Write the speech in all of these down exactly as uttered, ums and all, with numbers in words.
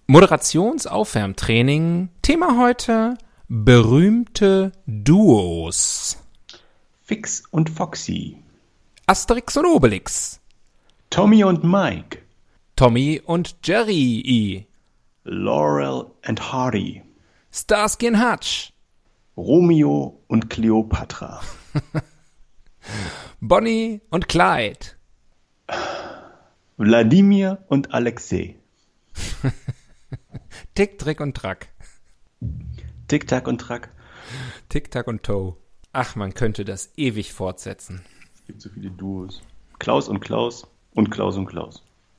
Moderationsaufwärmtraining. Thema heute: berühmte Duos. Fix und Foxy. Asterix und Obelix. Tommy und Mike. Tommy und Jerry. Laurel and Hardy. Starsky und Hutch. Romeo und Cleopatra. Bonnie und Clyde. Wladimir und Alexei. Tick, Trick und Track. Tick, Tack und Track. Tick, Tack und Toe. Ach, man könnte das ewig fortsetzen. Es gibt so viele Duos. Klaus und Klaus und Klaus und Klaus.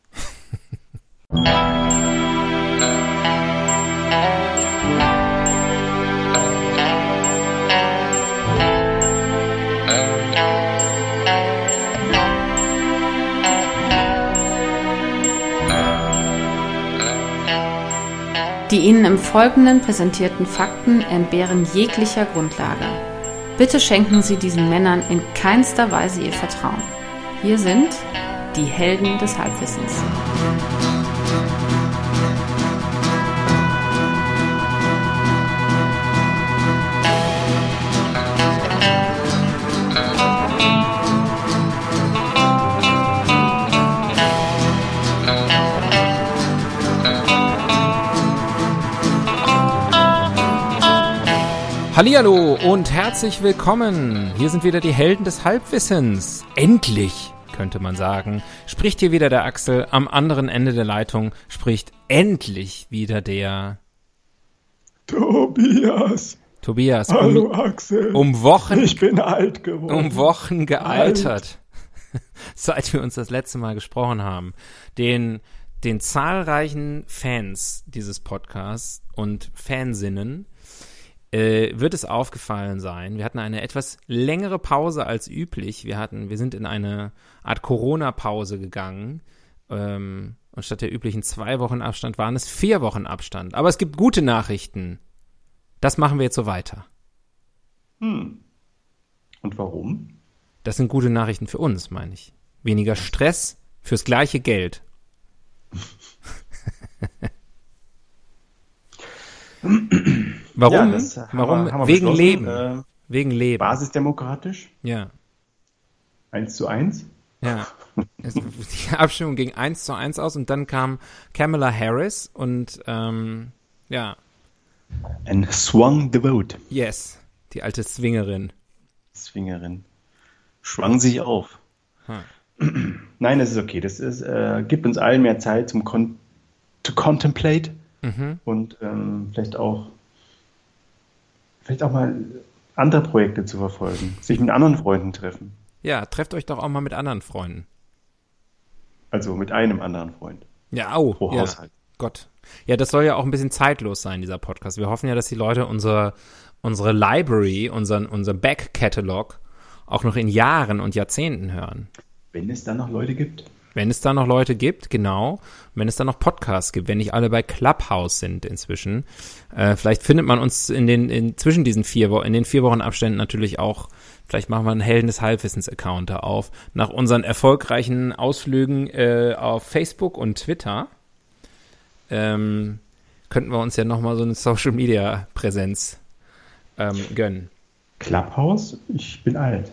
Die Ihnen im Folgenden präsentierten Fakten entbehren jeglicher Grundlage. Bitte schenken Sie diesen Männern in keinster Weise Ihr Vertrauen. Hier sind die Helden des Halbwissens. Hallihallo und herzlich willkommen. Hier sind wieder die Helden des Halbwissens. Endlich, könnte man sagen, spricht hier wieder der Axel. Am anderen Ende der Leitung spricht endlich wieder der Tobias. Tobias. Hallo um, Axel. Um Wochen, ich bin alt geworden. Um Wochen gealtert, alt. Seit wir uns das letzte Mal gesprochen haben. Den, den zahlreichen Fans dieses Podcasts und Fansinnen Äh, wird es aufgefallen sein. Wir hatten eine etwas längere Pause als üblich. Wir hatten, wir sind in eine Art Corona-Pause gegangen. Ähm, und statt der üblichen zwei Wochen Abstand waren es vier Wochen Abstand. Aber es gibt gute Nachrichten. Das machen wir jetzt so weiter. Hm. Und warum? Das sind gute Nachrichten für uns, meine ich. Weniger Stress fürs gleiche Geld. Warum? Ja, das Warum? haben wir, haben wir Wegen Leben. Äh, Wegen Leben. Basisdemokratisch. Ja. Eins zu eins. Ja. Es, die Abstimmung ging eins zu eins aus und dann kam Kamala Harris und ähm, ja. And swung the vote. Yes. Die alte Swingerin. Swingerin. Schwang sich auf. Hm. Nein, das ist okay. Das ist, äh, gibt uns allen mehr Zeit zum Con- to contemplate. Mhm. Und ähm, vielleicht auch vielleicht auch mal andere Projekte zu verfolgen, sich mit anderen Freunden treffen. Ja, trefft euch doch auch mal mit anderen Freunden. Also mit einem anderen Freund. Ja, au. Pro Ja. Haushalt. Gott. Ja, das soll ja auch ein bisschen zeitlos sein, dieser Podcast. Wir hoffen ja, dass die Leute unsere, unsere Library, unseren, unser Back-Catalog auch noch in Jahren und Jahrzehnten hören. Wenn es da noch Leute gibt. Wenn es da noch Leute gibt, genau. Wenn es da noch Podcasts gibt, wenn nicht alle bei Clubhouse sind inzwischen. Äh, vielleicht findet man uns in den, in, zwischen diesen vier Wochen, in den vier Wochen Abständen natürlich auch, vielleicht machen wir einen Helden des Halbwissens-Account da auf. Nach unseren erfolgreichen Ausflügen äh, auf Facebook und Twitter ähm, könnten wir uns ja nochmal so eine Social-Media-Präsenz ähm, gönnen. Clubhouse? Ich bin alt.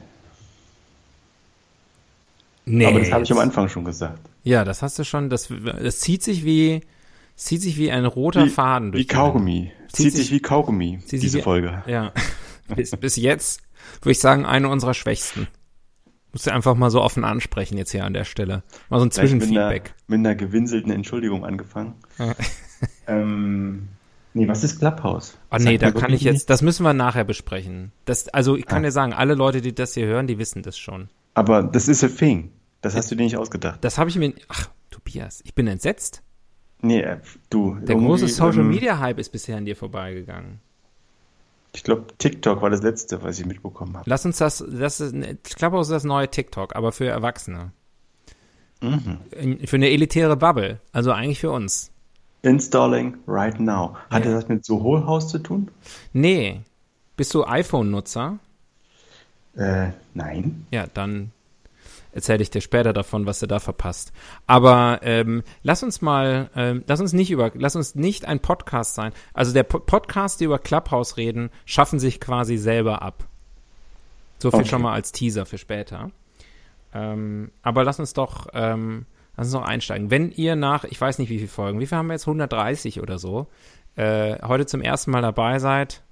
Nee, aber das habe ich am Anfang schon gesagt. Ja, das hast du schon. Das, das zieht sich wie zieht sich wie ein roter wie, Faden durch. Wie Kaugummi. Zieht, zieht sich wie Kaugummi, zieht diese sich wie, Folge. Ja. bis, bis jetzt würde ich sagen, eine unserer schwächsten. Musst du einfach mal so offen ansprechen jetzt hier an der Stelle. Mal so ein Zwischenfeedback. Mit einer gewinselten Entschuldigung angefangen. ähm, nee, was ist Clubhouse? Oh nee, da kann ich jetzt, nicht. Das müssen wir nachher besprechen. Das, also ich kann ah. dir sagen, alle Leute, die das hier hören, die wissen das schon. Aber das ist a thing. Das hast du dir nicht ausgedacht. Das habe ich mir, ach Tobias, ich bin entsetzt. Nee, du. Der große Social-Media-Hype ähm, ist bisher an dir vorbeigegangen. Ich glaube, TikTok war das letzte, was ich mitbekommen habe. Lass uns das, das ist, ich glaube, das ist das neue TikTok, aber für Erwachsene. Mhm. Für eine elitäre Bubble, also eigentlich für uns. Installing right now. Hat ja. das mit so Whole House zu tun? Nee. Bist du iPhone-Nutzer? Äh, nein. Ja, dann erzähle ich dir später davon, was du da verpasst. Aber ähm, lass uns mal, ähm, lass uns nicht über, lass uns nicht ein Podcast sein. Also der po- Podcast, die über Clubhouse reden, schaffen sich quasi selber ab. So viel okay. schon mal als Teaser für später. Ähm, aber lass uns doch, ähm, lass uns noch einsteigen. Wenn ihr nach, ich weiß nicht wie viele Folgen, wie viel haben wir jetzt, hundertdreißig oder so, äh, heute zum ersten Mal dabei seid,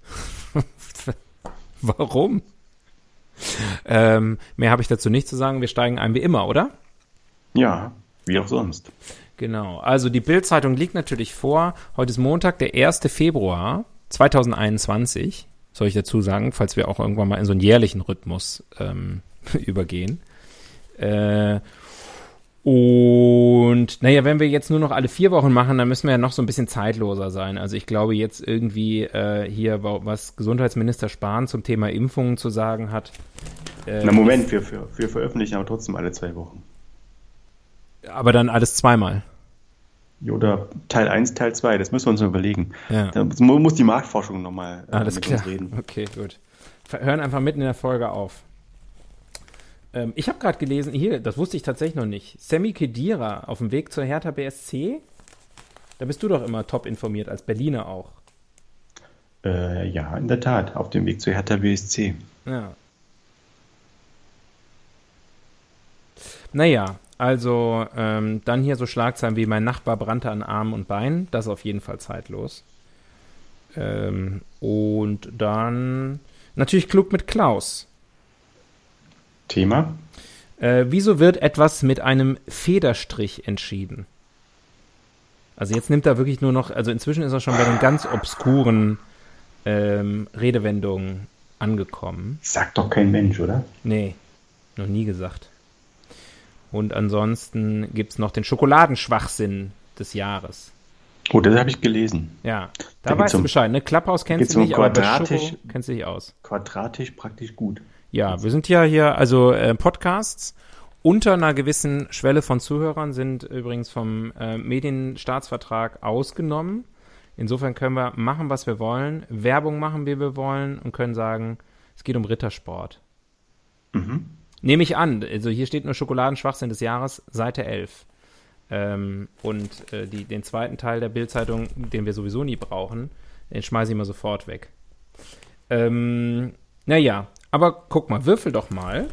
warum? Ähm, mehr habe ich dazu nicht zu sagen. Wir steigen ein wie immer, oder? Ja, wie auch sonst. Genau. Also die Bild-Zeitung liegt natürlich vor. Heute ist Montag, der erste Februar zweitausendeinundzwanzig. Soll ich dazu sagen, falls wir auch irgendwann mal in so einen jährlichen Rhythmus ähm, übergehen. Äh, und naja, wenn wir jetzt nur noch alle vier Wochen machen, dann müssen wir ja noch so ein bisschen zeitloser sein. Also ich glaube jetzt irgendwie äh, hier, was Gesundheitsminister Spahn zum Thema Impfungen zu sagen hat. Äh, Na Moment, wir, wir, wir veröffentlichen aber trotzdem alle zwei Wochen. Aber dann alles zweimal. Oder Teil eins, Teil zwei, das müssen wir uns noch überlegen. Ja. Da muss die Marktforschung nochmal äh, alles mit klar. uns reden. Okay, gut. Wir hören einfach mitten in der Folge auf. Ähm, ich habe gerade gelesen, hier, das wusste ich tatsächlich noch nicht, Sami Khedira auf dem Weg zur Hertha B S C. Da bist du doch immer top informiert, als Berliner auch. Äh, ja, in der Tat, auf dem Weg zur Hertha B S C. Ja. Naja, also ähm, dann hier so Schlagzeilen wie mein Nachbar brannte an Armen und Beinen. Das ist auf jeden Fall zeitlos. Ähm, und dann natürlich klug mit Klaus. Thema? Äh, wieso wird etwas mit einem Federstrich entschieden? Also jetzt nimmt er wirklich nur noch, also inzwischen ist er schon bei den ganz obskuren ähm, Redewendungen angekommen. Sagt doch kein Mensch, oder? Nee, noch nie gesagt. Und ansonsten gibt es noch den Schokoladenschwachsinn des Jahres. Oh, das habe ich gelesen. Ja, da, da weißt du um, Bescheid, ne? Clubhouse kennst du nicht, um aber bei Schoko kennst du dich aus. Quadratisch praktisch gut. Ja, wir sind ja hier, also äh, Podcasts unter einer gewissen Schwelle von Zuhörern sind übrigens vom äh, Medienstaatsvertrag ausgenommen. Insofern können wir machen, was wir wollen, Werbung machen, wie wir wollen und können sagen, es geht um Rittersport. Mhm. Nehme ich an, also hier steht nur Schokoladenschwachsinn des Jahres, Seite elf. Ähm, und äh, die, den zweiten Teil der Bild-Zeitung, den wir sowieso nie brauchen, den schmeiße ich mal sofort weg. Ähm, naja, aber guck mal, würfel doch mal.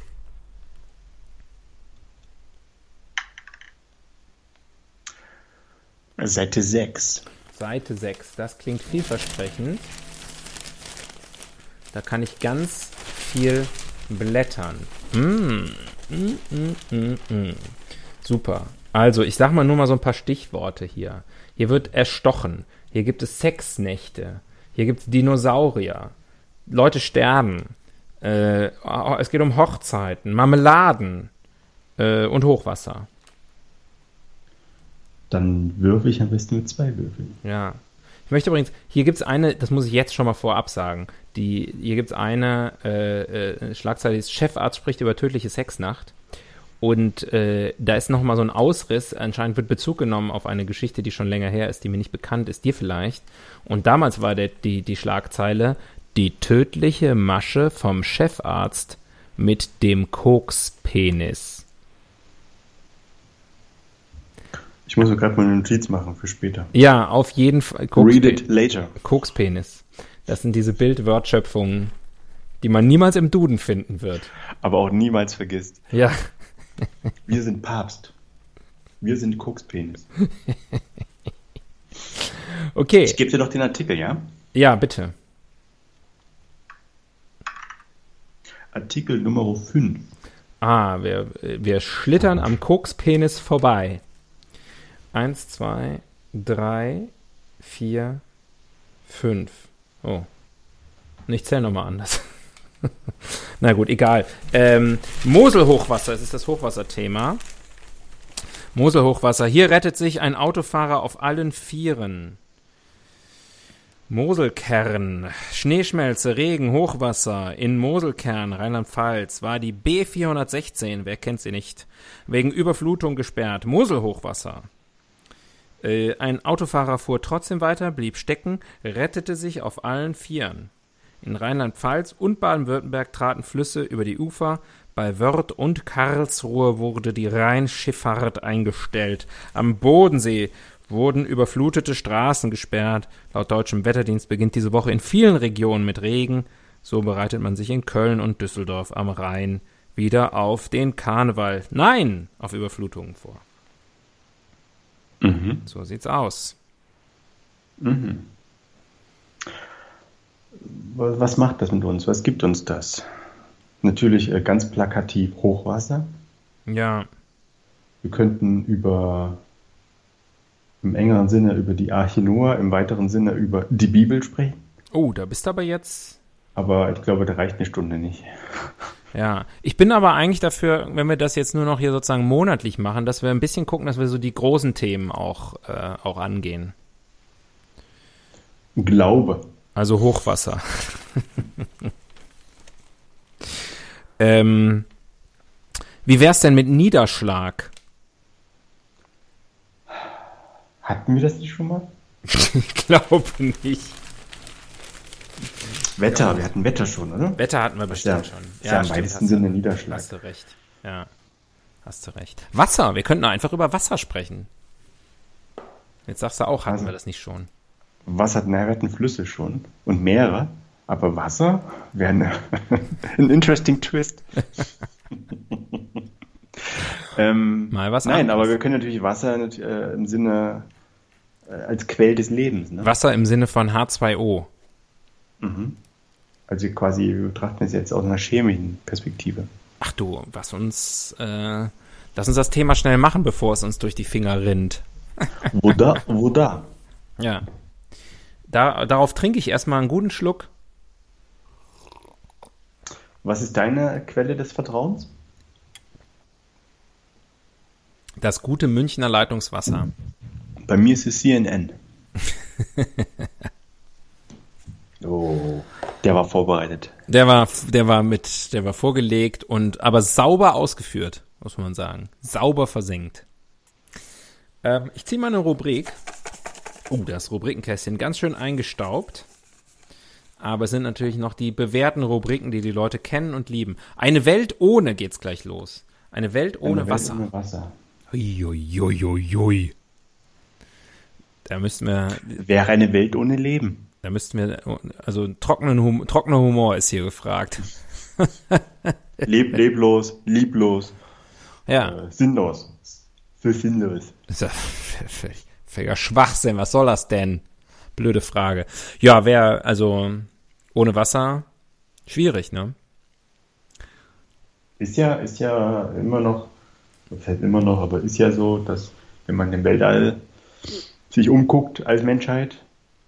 Seite sechs. Seite sechs, das klingt vielversprechend. Da kann ich ganz viel blättern. Mm, mm, mm, mm, mm. Super. Also, ich sag mal nur mal so ein paar Stichworte hier. Hier wird erstochen. Hier gibt es Sexnächte. Hier gibt es Dinosaurier. Leute sterben. Äh, es geht um Hochzeiten, Marmeladen äh, und Hochwasser. Dann würfel ich am besten mit zwei Würfeln. Ja. Ich möchte übrigens, hier gibt es eine, das muss ich jetzt schon mal vorab sagen, die, hier gibt es eine äh, äh, Schlagzeile, die ist Chefarzt spricht über tödliche Sexnacht. Und äh, da ist nochmal so ein Ausriss, anscheinend wird Bezug genommen auf eine Geschichte, die schon länger her ist, die mir nicht bekannt ist, dir vielleicht. Und damals war der, die, die Schlagzeile, die tödliche Masche vom Chefarzt mit dem Kokspenis. Ich muss mir gerade mal eine Notiz machen für später. Ja, auf jeden Fall. Read it later. Kokspenis. Das sind diese Bildwortschöpfungen, die man niemals im Duden finden wird. Aber auch niemals vergisst. Ja. Wir sind Papst. Wir sind Kokspenis. Okay. Ich gebe dir doch den Artikel, ja? Ja, bitte. Artikel Nummer fünf. Ah, wir, wir schlittern am Kokspenis vorbei. Eins, zwei, drei, vier, fünf. Oh. Ich zähle nochmal anders. Na gut, egal. Ähm, Moselhochwasser, das ist das Hochwasserthema. Moselhochwasser. Hier rettet sich ein Autofahrer auf allen Vieren. Moselkern, Schneeschmelze, Regen, Hochwasser in Moselkern, Rheinland-Pfalz, war die B vierhundertsechzehn, wer kennt sie nicht, wegen Überflutung gesperrt. Moselhochwasser. Äh, ein Autofahrer fuhr trotzdem weiter, blieb stecken, rettete sich auf allen Vieren. In Rheinland-Pfalz und Baden-Württemberg traten Flüsse über die Ufer, Bei Wörth und Karlsruhe wurde die Rheinschifffahrt eingestellt. Am Bodensee wurden überflutete Straßen gesperrt. Laut deutschem Wetterdienst beginnt diese Woche in vielen Regionen mit Regen. So bereitet man sich in Köln und Düsseldorf am Rhein wieder auf den Karneval. Nein, auf Überflutungen vor. Mhm. So sieht's aus. Mhm. Was macht das mit uns? Was gibt uns das? Natürlich äh, ganz plakativ Hochwasser. Ja. Wir könnten über, im engeren Sinne über die Arche Noah, im weiteren Sinne über die Bibel sprechen. Oh, da bist du aber jetzt... Aber ich glaube, da reicht eine Stunde nicht. Ja, ich bin aber eigentlich dafür, wenn wir das jetzt nur noch hier sozusagen monatlich machen, dass wir ein bisschen gucken, dass wir so die großen Themen auch, äh, auch angehen. Glaube. Also Hochwasser. ähm, wie wär's denn mit Niederschlag? Hatten wir das nicht schon mal? Ich glaube nicht. Wetter, ja. Wir hatten Wetter schon, oder? Wetter hatten wir bestimmt ja, schon. Ja, ja, im weitesten Sinne Niederschlag. Hast du recht. Ja, hast du recht. Wasser, wir könnten einfach über Wasser sprechen. Jetzt sagst du auch, hatten also, wir das nicht schon. Wasser, na, wir hatten Flüsse schon und Meere, aber Wasser wäre eine, ein interesting twist. ähm, Mal was Nein, anderes. Aber wir können natürlich Wasser äh, im Sinne äh, als Quell des Lebens. Ne? Wasser im Sinne von H zwei O. Mhm. Also quasi, wir betrachten es jetzt aus einer chemischen Perspektive. Ach du, was uns, äh, lass uns das Thema schnell machen, bevor es uns durch die Finger rinnt. Wo da, wo da? Ja. Da, darauf trinke ich erstmal einen guten Schluck. Was ist deine Quelle des Vertrauens? Das gute Münchner Leitungswasser. Bei mir ist es C N N. Oh, der war vorbereitet. Der war, der war mit, der war vorgelegt und aber sauber ausgeführt, muss man sagen. Sauber versenkt. Ähm, ich ziehe mal eine Rubrik. Oh, das Rubrikenkästchen ganz schön eingestaubt. Aber es sind natürlich noch die bewährten Rubriken, die die Leute kennen und lieben. Eine Welt ohne geht's gleich los. Eine Welt ohne Eine Wasser. Welt ohne Wasser. Hui, hui, hui, hui, hui. Da müssten wir. Wäre eine Welt ohne Leben. Da müssten wir, also trockenen hum, trockener Humor ist hier gefragt. Leb, leblos, lieblos, ja. äh, sinnlos. Für sinnlos. Das ist ja völliger Schwachsinn, was soll das denn? Blöde Frage. Ja, wer, also ohne Wasser, schwierig, ne? Ist ja, ist ja immer noch, das heißt immer noch, aber ist ja so, dass wenn man im Weltall sich umguckt als Menschheit,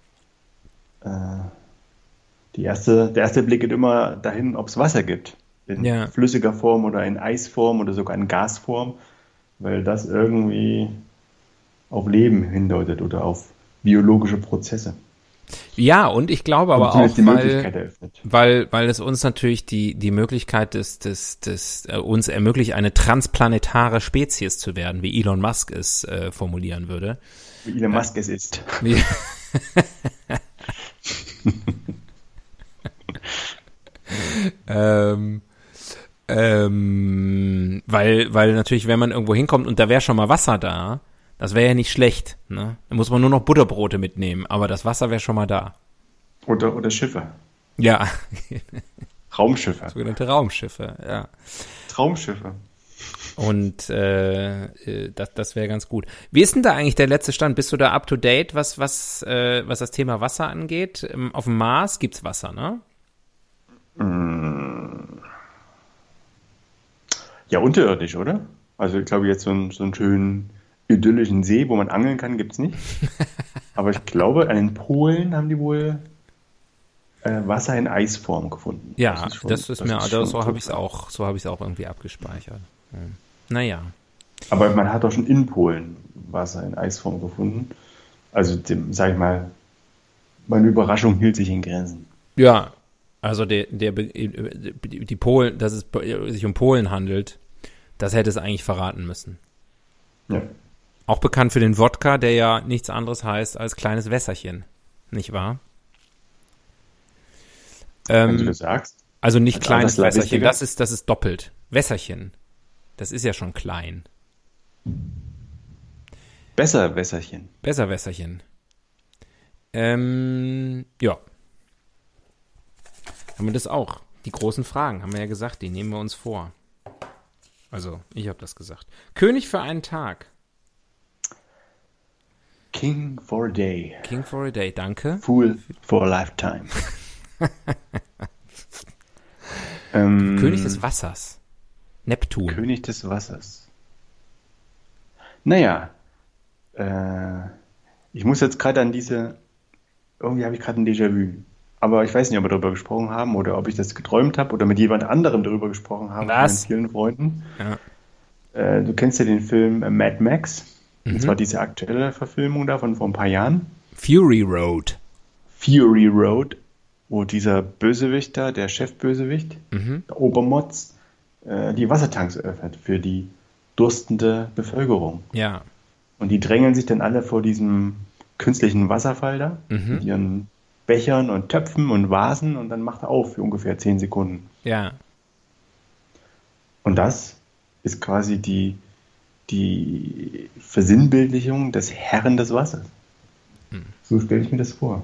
Die erste, der erste Blick geht immer dahin, ob es Wasser gibt. In ja. flüssiger Form oder in Eisform oder sogar in Gasform, weil das irgendwie auf Leben hindeutet oder auf biologische Prozesse. Ja, und ich glaube aber auch, die weil, weil, weil es uns natürlich die, die Möglichkeit des, des, des, äh, uns ermöglicht, eine transplanetare Spezies zu werden, wie Elon Musk es äh, formulieren würde. Wie Elon Musk äh, es ist. Wie ähm, ähm, weil, weil natürlich, wenn man irgendwo hinkommt und da wäre schon mal Wasser da, das wäre ja nicht schlecht, ne? Da muss man nur noch Butterbrote mitnehmen, aber das Wasser wäre schon mal da. Oder, oder Schiffe. Ja. Raumschiffe. Sogenannte Raumschiffe, ja. Traumschiffe. Und äh, das, das wäre ganz gut. Wie ist denn da eigentlich der letzte Stand? Bist du da up to date, was, was, äh, was das Thema Wasser angeht? Auf dem Mars gibt's Wasser, ne? Ja, unterirdisch, oder? Also ich glaube jetzt so einen, so einen schönen idyllischen See, wo man angeln kann, gibt's nicht. Aber ich glaube, an den Polen haben die wohl äh, Wasser in Eisform gefunden. Ja, das ist, schon, das ist das mir, ist das, so habe ich es auch, so habe ich es auch irgendwie abgespeichert. Hm. Naja. Aber man hat auch schon in Polen Wasser in Eisform gefunden. Also, dem, sag ich mal, meine Überraschung hielt sich in Grenzen. Ja, also der, der, die Polen, dass es sich um Polen handelt, das hätte es eigentlich verraten müssen. Ja. Auch bekannt für den Wodka, der ja nichts anderes heißt als kleines Wässerchen, nicht wahr? Wenn Ähm, du das sagst. Also nicht Also kleines das Wässerchen, Wichtige? das ist, das ist doppelt. Wässerchen. Das ist ja schon klein. Besser Wässerchen. Besser Wässerchen. Ähm, ja. Haben wir das auch? Die großen Fragen, haben wir ja gesagt, die nehmen wir uns vor. Also, ich habe das gesagt. König für einen Tag. King for a day. King for a day, danke. Fool for a lifetime. ähm, König des Wassers. Neptun. König des Wassers. Naja, äh, ich muss jetzt gerade an diese, irgendwie habe ich gerade ein Déjà-vu. Aber ich weiß nicht, ob wir darüber gesprochen haben oder ob ich das geträumt habe oder mit jemand anderem darüber gesprochen habe. Was? Mit vielen Freunden. Ja. Äh, du kennst ja den Film äh, Mad Max. Mhm. Und zwar diese aktuelle Verfilmung davon vor ein paar Jahren. Fury Road. Fury Road, wo dieser Bösewicht da, der Chefbösewicht, Mhm. der Obermotz, äh, die Wassertanks öffnet für die durstende Bevölkerung. Ja. Und die drängeln sich dann alle vor diesem künstlichen Wasserfall da, Mhm. mit ihren Bechern und Töpfen und Vasen und dann macht er auf für ungefähr zehn Sekunden. Ja. Und das ist quasi die, die Versinnbildlichung des Herren des Wassers. Hm. So stelle ich mir das vor.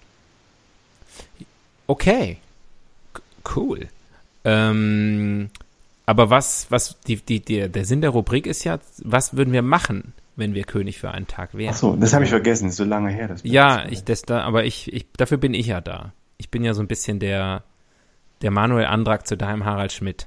Okay. C- Cool. Ähm, aber was, was, die, die, der, der Sinn der Rubrik ist ja, was würden wir machen, wenn wir König für einen Tag wären? Ach so, das habe ich vergessen, ist so lange her. Das Ja, ich, das da, aber ich, ich, dafür bin ich ja da. Ich bin ja so ein bisschen der, der Manuel Andrak zu deinem Harald Schmidt.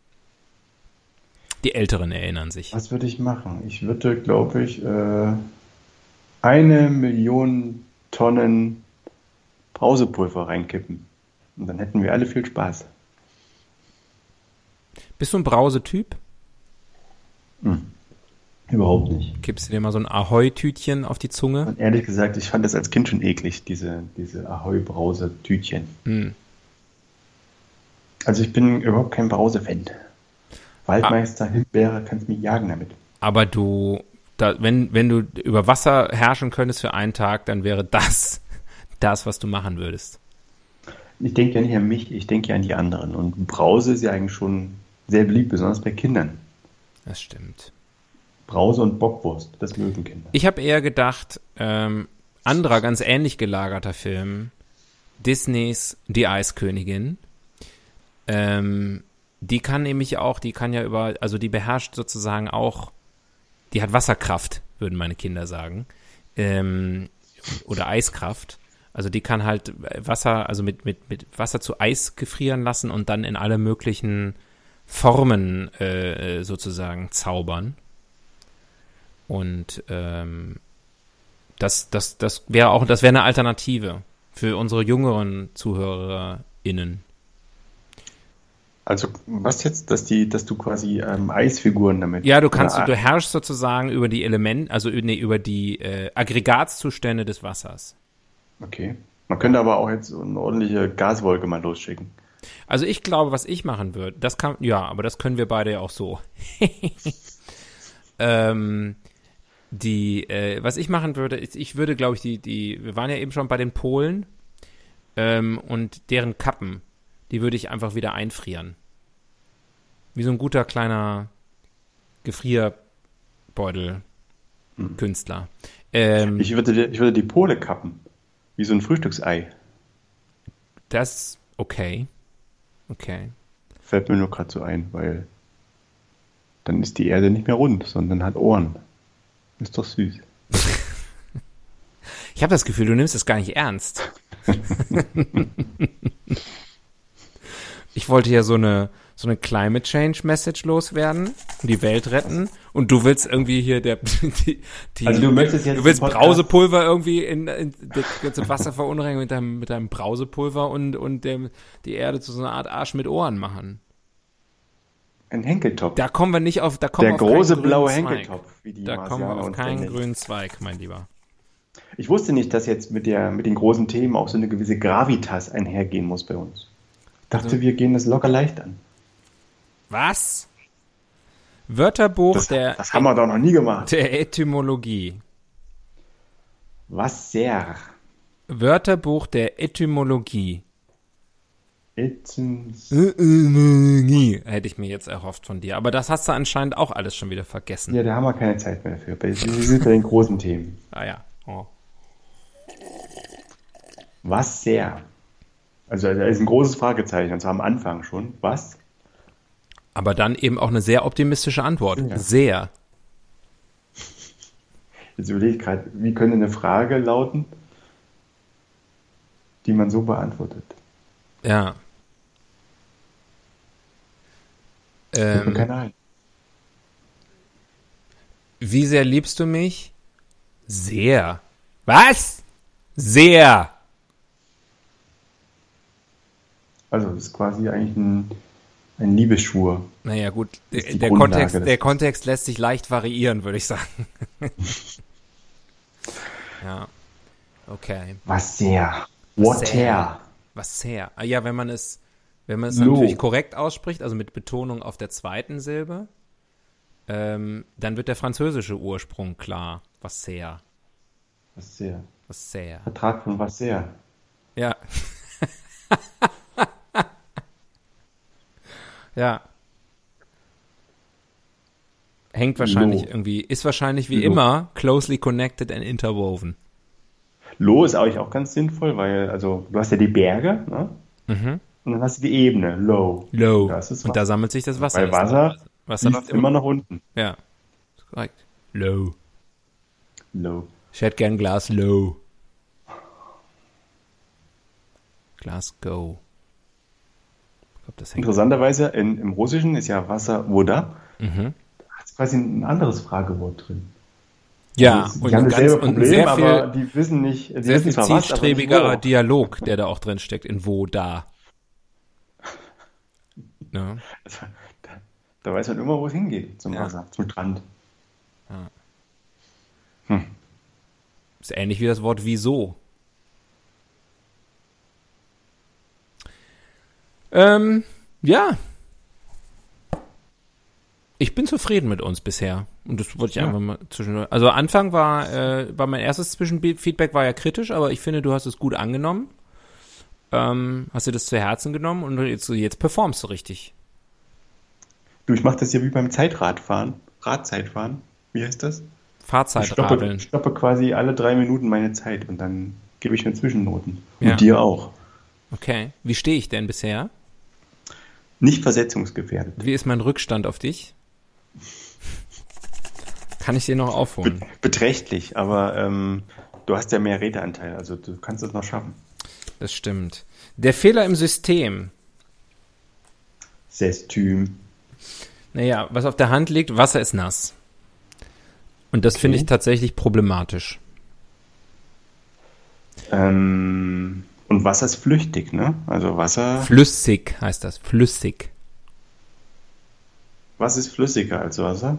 Die Älteren erinnern sich. Was würde ich machen? Ich würde, glaube ich, äh, eine Million Tonnen Brausepulver reinkippen. Und dann hätten wir alle viel Spaß. Bist du ein Brausetyp? Hm. Überhaupt nicht. Kippst du dir mal so ein Ahoi-Tütchen auf die Zunge? Und ehrlich gesagt, ich fand das als Kind schon eklig, diese, diese Ahoi-Brause-Tütchen. Hm. Also ich bin überhaupt kein Brause-Fan. Waldmeister, Himbeere, kannst mich jagen damit. Aber du, da, wenn, wenn du über Wasser herrschen könntest für einen Tag, dann wäre das das, was du machen würdest. Ich denke ja nicht an mich, ich denke ja an die anderen. Und Brause ist ja eigentlich schon sehr beliebt, besonders bei Kindern. Das stimmt. Brause und Bockwurst, das mögen Kinder. Ich habe eher gedacht, ähm, anderer ganz ähnlich gelagerter Film, Disneys Die Eiskönigin. Ähm, die kann nämlich auch, die kann ja über, also die beherrscht sozusagen auch, die hat Wasserkraft, würden meine Kinder sagen, ähm, oder Eiskraft. Also die kann halt Wasser, also mit, mit, mit Wasser zu Eis gefrieren lassen und dann in alle möglichen Formen äh, sozusagen zaubern. Und ähm, das, das, das wäre auch, das wäre eine Alternative für unsere jüngeren ZuhörerInnen. Also was jetzt, dass die, dass du quasi ähm, Eisfiguren damit. Ja, du kannst, oder, du herrschst sozusagen über die Elemente, also nee, über die äh, Aggregatzustände des Wassers. Okay. Man könnte aber auch jetzt so eine ordentliche Gaswolke mal losschicken. Also ich glaube, was ich machen würde, das kann, ja, aber das können wir beide ja auch so. ähm, die, äh, was ich machen würde, ist, ich würde, glaube ich, die, die, wir waren ja eben schon bei den Polen ähm, und deren Kappen, die würde ich einfach wieder einfrieren. Wie so ein guter kleiner Gefrierbeutel-Künstler. Ähm, Ich würde, die- ich würde die Pole kappen. Wie so ein Frühstücksei. das, okay. Okay. Fällt mir nur gerade so ein, weil dann ist die Erde nicht mehr rund, sondern hat Ohren. Ist doch süß. Ich habe das Gefühl, du nimmst es gar nicht ernst. Ich wollte ja so eine so eine Climate Change Message loswerden, die Welt retten, und du willst irgendwie hier der die, die Also du möchtest jetzt du willst den Podcast- Brausepulver irgendwie in, in das ganze Wasser verunreinigen mit deinem mit deinem Brausepulver und und dem, die Erde zu so einer Art Arsch mit Ohren machen. Ein Henkeltopf. Da kommen wir nicht auf, da kommen Der wir auf große keinen blaue grünen Zweig. Henkeltopf, wie die Da kommen wir Marsianer auf uns keinen nennen. grünen Zweig, mein Lieber. Ich wusste nicht, dass jetzt mit, der, mit den großen Themen auch so eine gewisse Gravitas einhergehen muss bei uns. Ich dachte, Also- wir gehen das locker leicht an. Was? Wörterbuch Das, der das haben wir doch noch nie gemacht. der Etymologie. Was sehr? Wörterbuch der Etymologie. Ätzend. Nie, hätte ich mir jetzt erhofft von dir. Aber das hast du anscheinend auch alles schon wieder vergessen. Ja, da haben wir keine Zeit mehr dafür. Wir sind bei den großen Themen. Ah ja. Oh. Was sehr? Also da ist ein großes Fragezeichen, und zwar am Anfang schon. Was? Aber dann eben auch eine sehr optimistische Antwort. Ja. Sehr. Jetzt überlege ich gerade, wie könnte eine Frage lauten, die man so beantwortet? Ja. Ähm, keine Ahnung. Wie sehr liebst du mich? Sehr. Was? Sehr. Also das ist quasi eigentlich ein, ein Liebesschwur. Naja gut, Das ist die der Grundlage Kontext, des- der Kontext lässt sich leicht variieren, würde ich sagen. Ja. Okay. Was sehr? What Sehr. her? Was sehr. Ah, ja, wenn man es, wenn man es Lo. natürlich korrekt ausspricht, also mit Betonung auf der zweiten Silbe, ähm, dann wird der französische Ursprung klar. Was sehr. Was sehr? Was sehr. Vertrag von was sehr? Ja. Ja. Hängt wahrscheinlich Lo. irgendwie, ist wahrscheinlich wie Lo. immer closely connected and interwoven. Lo ist eigentlich auch ganz sinnvoll, weil also du hast ja die Berge, ne? Mhm. Und dann hast du die Ebene, low. Low. Das ist Und da sammelt sich das Wasser. Weil Wasser Wasser fließt läuft immer nach unten. Ja. Ist korrekt. Low. Low. Ich hätte gern Glas low. Glas go. Ich glaube, das hängt. Interessanterweise in, im Russischen ist ja Wasser Voda. Mhm. Da hat quasi ein anderes Fragewort drin. Ja, Also, und die haben ein, dasselbe ganz, und ein Problem, sehr aber viel, die wissen nicht, die sehr wissen viel zwar was, aber nicht zielstrebigerer wo. Dialog, der da auch drin steckt, in wo, da. Ja. Also, da, da weiß man immer, wo es hingeht, zum Ja. Wasser, zum Strand. Ist ähnlich wie das Wort wieso. Ähm, ja. Ich bin zufrieden mit uns bisher. Und das wollte ich Ja. einfach mal zwischen. Also Anfang war, äh, war mein erstes Zwischenfeedback war ja kritisch, aber ich finde, du hast es gut angenommen. Ähm, hast dir das zu Herzen genommen und jetzt, jetzt performst du richtig. Du, ich mache das ja wie beim Zeitradfahren, Radzeitfahren. Wie heißt das? Ich Fahrzeitradeln. stoppe, stoppe quasi alle drei Minuten meine Zeit und dann gebe ich mir Zwischennoten. Und Ja. dir auch. Okay. Wie stehe ich denn bisher? Nicht versetzungsgefährdet. Wie ist mein Rückstand auf dich? Kann ich dir noch aufholen? Be- beträchtlich, aber ähm, du hast ja mehr Redeanteil, also du kannst es noch schaffen. Das stimmt. Der Fehler im System. Sestüm. Naja, was auf der Hand liegt, Wasser ist nass. Und das finde ich tatsächlich problematisch. Ähm, und Wasser ist flüchtig, ne? Also Wasser, Flüssig heißt das. Flüssig. was ist flüssiger als Wasser?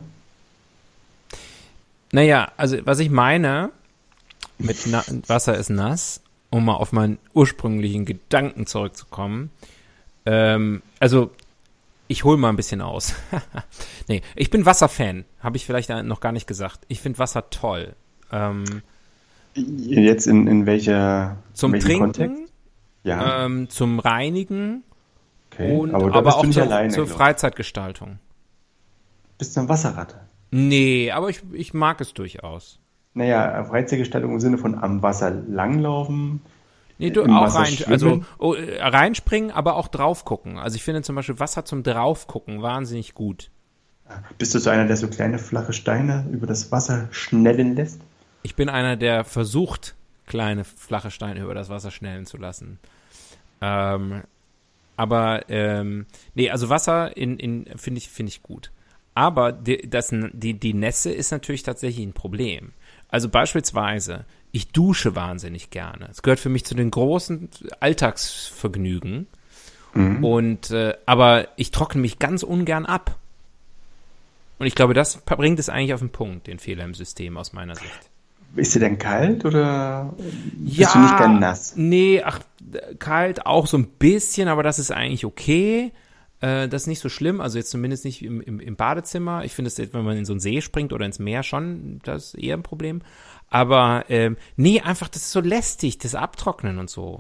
Naja, also was ich meine mit na- Wasser ist nass, um mal auf meinen ursprünglichen Gedanken zurückzukommen. Ähm, also ich hole mal ein bisschen aus. Nee, ich bin Wasserfan, habe ich vielleicht noch gar nicht gesagt. Ich finde Wasser toll. Ähm, Jetzt in, in welcher zum in welchem Trinken, Kontext? Ja, ähm, zum Reinigen okay. und aber da aber bist auch du nicht zur, alleine, zur glaub ich. Freizeitgestaltung. Bist du eine Wasserratte? Nee, aber ich, ich mag es durchaus. Naja, Freizeitgestaltung im Sinne von am Wasser langlaufen. Nee, du Im auch Wasser rein, schwimmen? also oh, äh, reinspringen, aber auch drauf gucken. Also ich finde zum Beispiel Wasser zum Draufgucken wahnsinnig gut. Bist du so einer, der so kleine flache Steine über das Wasser schnellen lässt? Ich bin einer, der versucht, kleine flache Steine über das Wasser schnellen zu lassen. Ähm, aber ähm, nee, also Wasser in, in finde ich finde ich gut. Aber die, das, die, die Nässe ist natürlich tatsächlich ein Problem. Also beispielsweise, ich dusche wahnsinnig gerne. Es gehört für mich zu den großen Alltagsvergnügen. Mhm. Und äh, aber ich trockne mich ganz ungern ab. Und ich glaube, das bringt es eigentlich auf den Punkt, den Fehler im System aus meiner Sicht. Ist dir denn kalt oder bist Ja, du nicht gern nass? Nee, ach, kalt auch so ein bisschen, aber das ist eigentlich okay. Äh, das ist nicht so schlimm, also jetzt zumindest nicht im, im, im Badezimmer. Ich finde es, wenn man in so einen See springt oder ins Meer schon, das ist eher ein Problem. Aber ähm, nee, einfach, das ist so lästig, das Abtrocknen und so.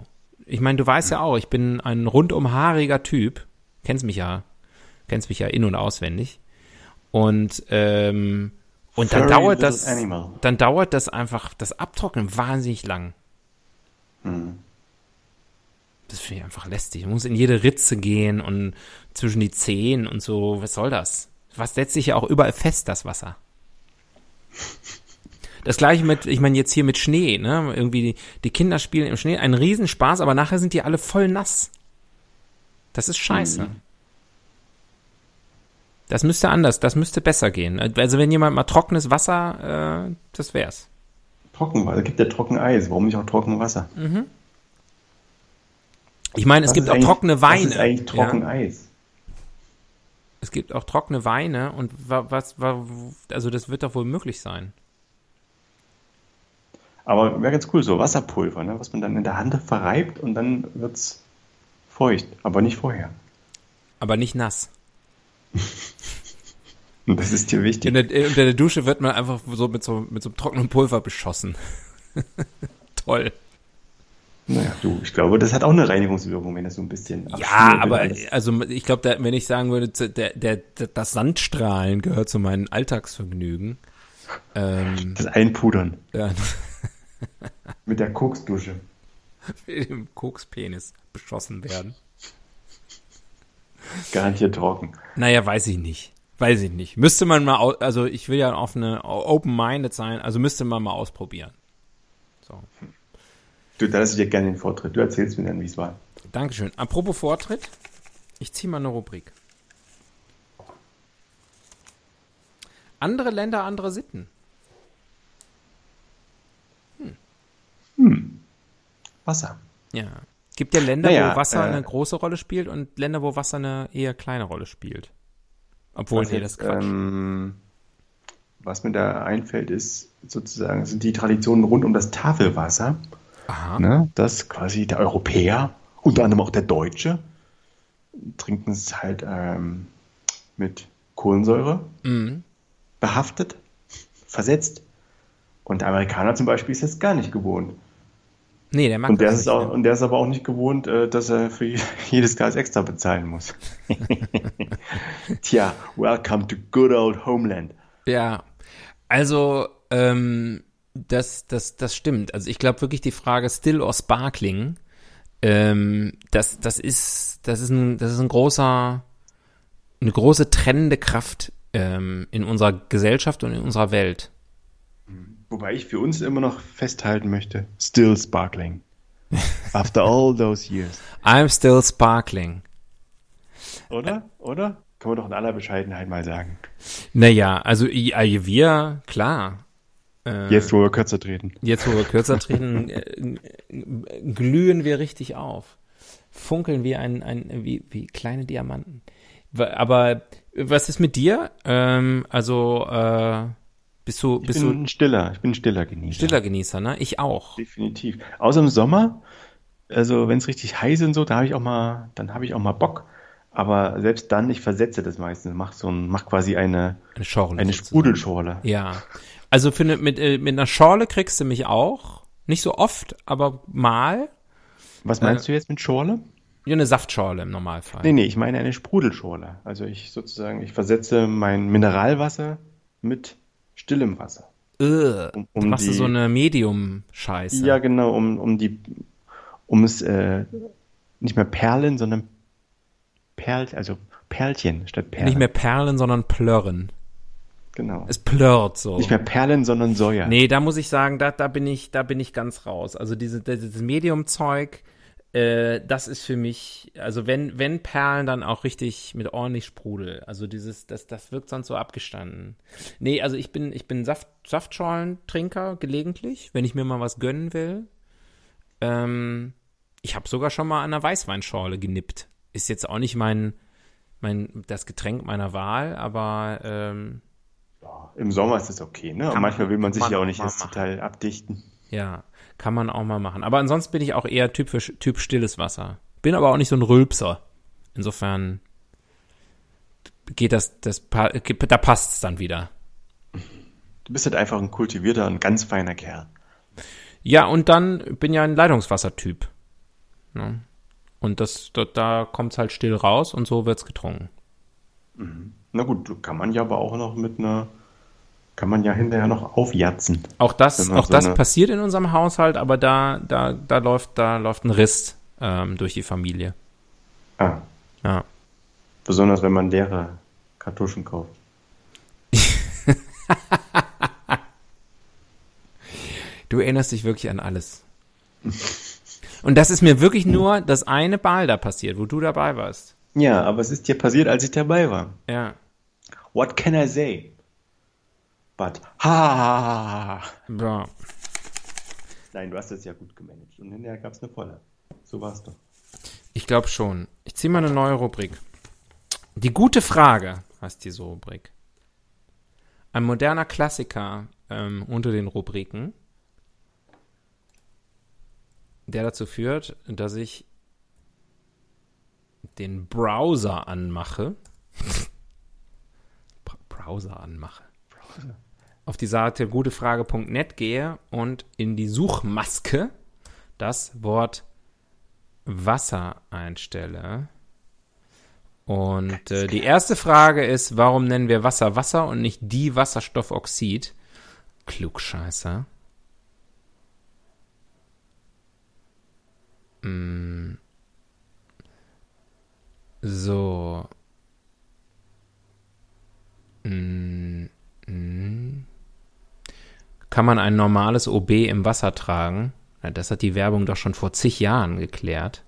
Ich meine, du weißt ja auch, ich bin ein rundum haariger Typ. Kennst mich ja, kennst mich ja in- und auswendig. Und, ähm, und dann dauert das, animal. dann dauert das einfach, das Abtrocknen wahnsinnig lang. Hm. Das finde ich einfach lästig. Man muss in jede Ritze gehen und zwischen die Zehen und so. Was soll das? Was setzt sich ja auch überall fest, das Wasser. Das gleiche mit, ich meine jetzt hier mit Schnee, ne? Irgendwie die, die Kinder spielen im Schnee, ein Riesenspaß, aber nachher sind die alle voll nass. Das ist scheiße. Mhm. Das müsste anders, das müsste besser gehen. Also wenn jemand mal trockenes Wasser, äh, das wär's. Trockenwasser, es gibt ja Trockeneis, warum nicht auch Trockenwasser? Mhm. Ich meine, es was gibt auch trockene Weine. Was ist eigentlich Trockeneis? Ja? Es gibt auch trockene Weine und was, was, also das wird doch wohl möglich sein. Aber wäre ganz cool, so Wasserpulver, ne, was man dann in der Hand verreibt und dann wird's feucht, aber nicht vorher. Aber nicht nass. Und das ist dir wichtig. In der, unter der Dusche wird man einfach so mit so mit so einem trockenen Pulver beschossen. Toll. Naja, du, ich glaube, das hat auch eine Reinigungswirkung, wenn das so ein bisschen ja, aber also ich glaube, wenn ich sagen würde, der, der, der, das Sandstrahlen gehört zu meinen Alltagsvergnügen. Ähm, das Einpudern. Ja. Mit der Koksdusche. Mit dem Kokspenis beschossen werden. Garantiert trocken. Naja, weiß ich nicht. Weiß ich nicht. Müsste man mal, au- also ich will ja auf eine open-minded sein, also müsste man mal ausprobieren. So. Du, da lasse ich dir gerne den Vortritt. Du erzählst mir dann, wie es war. Dankeschön. Apropos Vortritt, ich ziehe mal eine Rubrik. Andere Länder, andere Sitten. Hm. Hm. Wasser. Ja. Es gibt ja Länder, naja, wo Wasser äh, eine große Rolle spielt und Länder, wo Wasser eine eher kleine Rolle spielt. Obwohl, nee, das ist Quatsch. Ähm, was mir da einfällt, ist sozusagen, sind die Traditionen rund um das Tafelwasser. Aha. Ne, dass quasi der Europäer, unter anderem auch der Deutsche, trinken es halt ähm, mit Kohlensäure Mhm. behaftet, versetzt. Und der Amerikaner zum Beispiel ist das gar nicht gewohnt. Nee, der mag Und der, das ist nicht, auch, ne? und der ist aber auch nicht gewohnt, äh, dass er für jedes Gas extra bezahlen muss. Tja, welcome to good old homeland. Ja, also ähm, das, das, das stimmt. Also ich glaube wirklich die Frage Still or Sparkling, ähm, das, das ist, das ist ein, das ist ein großer, eine große trennende Kraft ähm, in unserer Gesellschaft und in unserer Welt. Wobei ich für uns immer noch festhalten möchte, still sparkling. After all those years. I'm still sparkling. Oder? Oder? Kann man doch in aller Bescheidenheit mal sagen. Naja, also ja, wir, klar. Äh, Jetzt, wo wir kürzer treten. Jetzt, wo wir kürzer treten, äh, glühen wir richtig auf. Funkeln wie ein, ein wie, wie kleine Diamanten. Aber was ist mit dir? Ähm, also, äh, bist du, bist ich bin du ein stiller, ich bin ein stiller Genießer. stiller Genießer, ne? Ich auch. Definitiv. Außer im Sommer, also wenn es richtig heiß ist und so, da habe ich auch mal, dann habe ich auch mal Bock. Aber selbst dann, ich versetze das meistens, mach so ein, mach quasi eine, Eine Schorle. eine sozusagen. Sprudelschorle. Ja. Also für eine, mit, äh, mit einer Schorle kriegst du mich auch. Nicht so oft, aber mal. Was meinst du jetzt mit Schorle? Ja, eine Saftschorle im Normalfall. Nee, nee, ich meine eine Sprudelschorle. Also ich sozusagen, ich versetze mein Mineralwasser mit stillem Wasser. Ugh, Um, dann um machst du die, so eine Medium-Scheiße. ja, genau, um, um die, um es äh, nicht mehr Perlen, sondern Perl, also Perlchen statt Perlen. Nicht mehr Perlen, sondern Plörren. Genau. Es plörrt so. Nicht mehr Perlen, sondern Soja. Nee, da muss ich sagen, da, da bin ich, da bin ich ganz raus. Also diese, dieses Medium-Zeug, äh, das ist für mich, also wenn, wenn Perlen, dann auch richtig mit ordentlich Sprudel. Also dieses, das, das wirkt sonst so abgestanden. Nee, also ich bin, ich bin Saft, Saftschorlentrinker gelegentlich, wenn ich mir mal was gönnen will. Ähm, ich habe sogar schon mal an einer Weißweinschorle genippt. Ist jetzt auch nicht mein, mein, das Getränk meiner Wahl, aber ähm, Im Sommer ist es okay, ne? Und Kann manchmal will man man- sich kann ja auch man nicht auch erst mal machen. total abdichten. ja, kann man auch mal machen. Aber ansonsten bin ich auch eher Typ für Typ stilles Wasser. Bin aber auch nicht so ein Rülpser. Insofern geht das, das pa- da passt's dann wieder. Du bist halt einfach ein kultivierter und ganz feiner Kerl. Ja, und dann bin ja ein Leitungswassertyp. Ne? Und das, da, da kommt es halt still raus und so wird es getrunken. Mhm. Na gut, kann man ja aber auch noch mit einer, kann man ja hinterher noch aufjatzen. Auch das, Wenn man auch so das eine- passiert in unserem Haushalt, aber da, da, da läuft, da läuft ein Riss ähm, durch die Familie. Ah, Ja. besonders wenn man leere Kartuschen kauft. Du erinnerst dich wirklich an alles. Und das ist mir wirklich nur das eine Mal da passiert, wo du dabei warst. Ja, aber es ist ja passiert, als ich dabei war. Ja. What can I say? But, ha! Ja. Nein, du hast das ja gut gemanagt. Und hinterher gab es eine Volle. So war es doch. Ich glaube schon. Ich ziehe mal eine neue Rubrik. Die gute Frage heißt diese Rubrik. Ein moderner Klassiker ähm, unter den Rubriken, der dazu führt, dass ich den Browser anmache. Browser anmache. Browser. Auf die Seite gutefrage punkt net gehe und in die Suchmaske das Wort Wasser einstelle. Und äh, die erste Frage ist, warum nennen wir Wasser Wasser und nicht die Wasserstoffoxid? Klugscheißer. Mm. So. Mm. Mm. Kann man ein normales O B im Wasser tragen? Na, das hat die Werbung doch schon vor zig Jahren geklärt.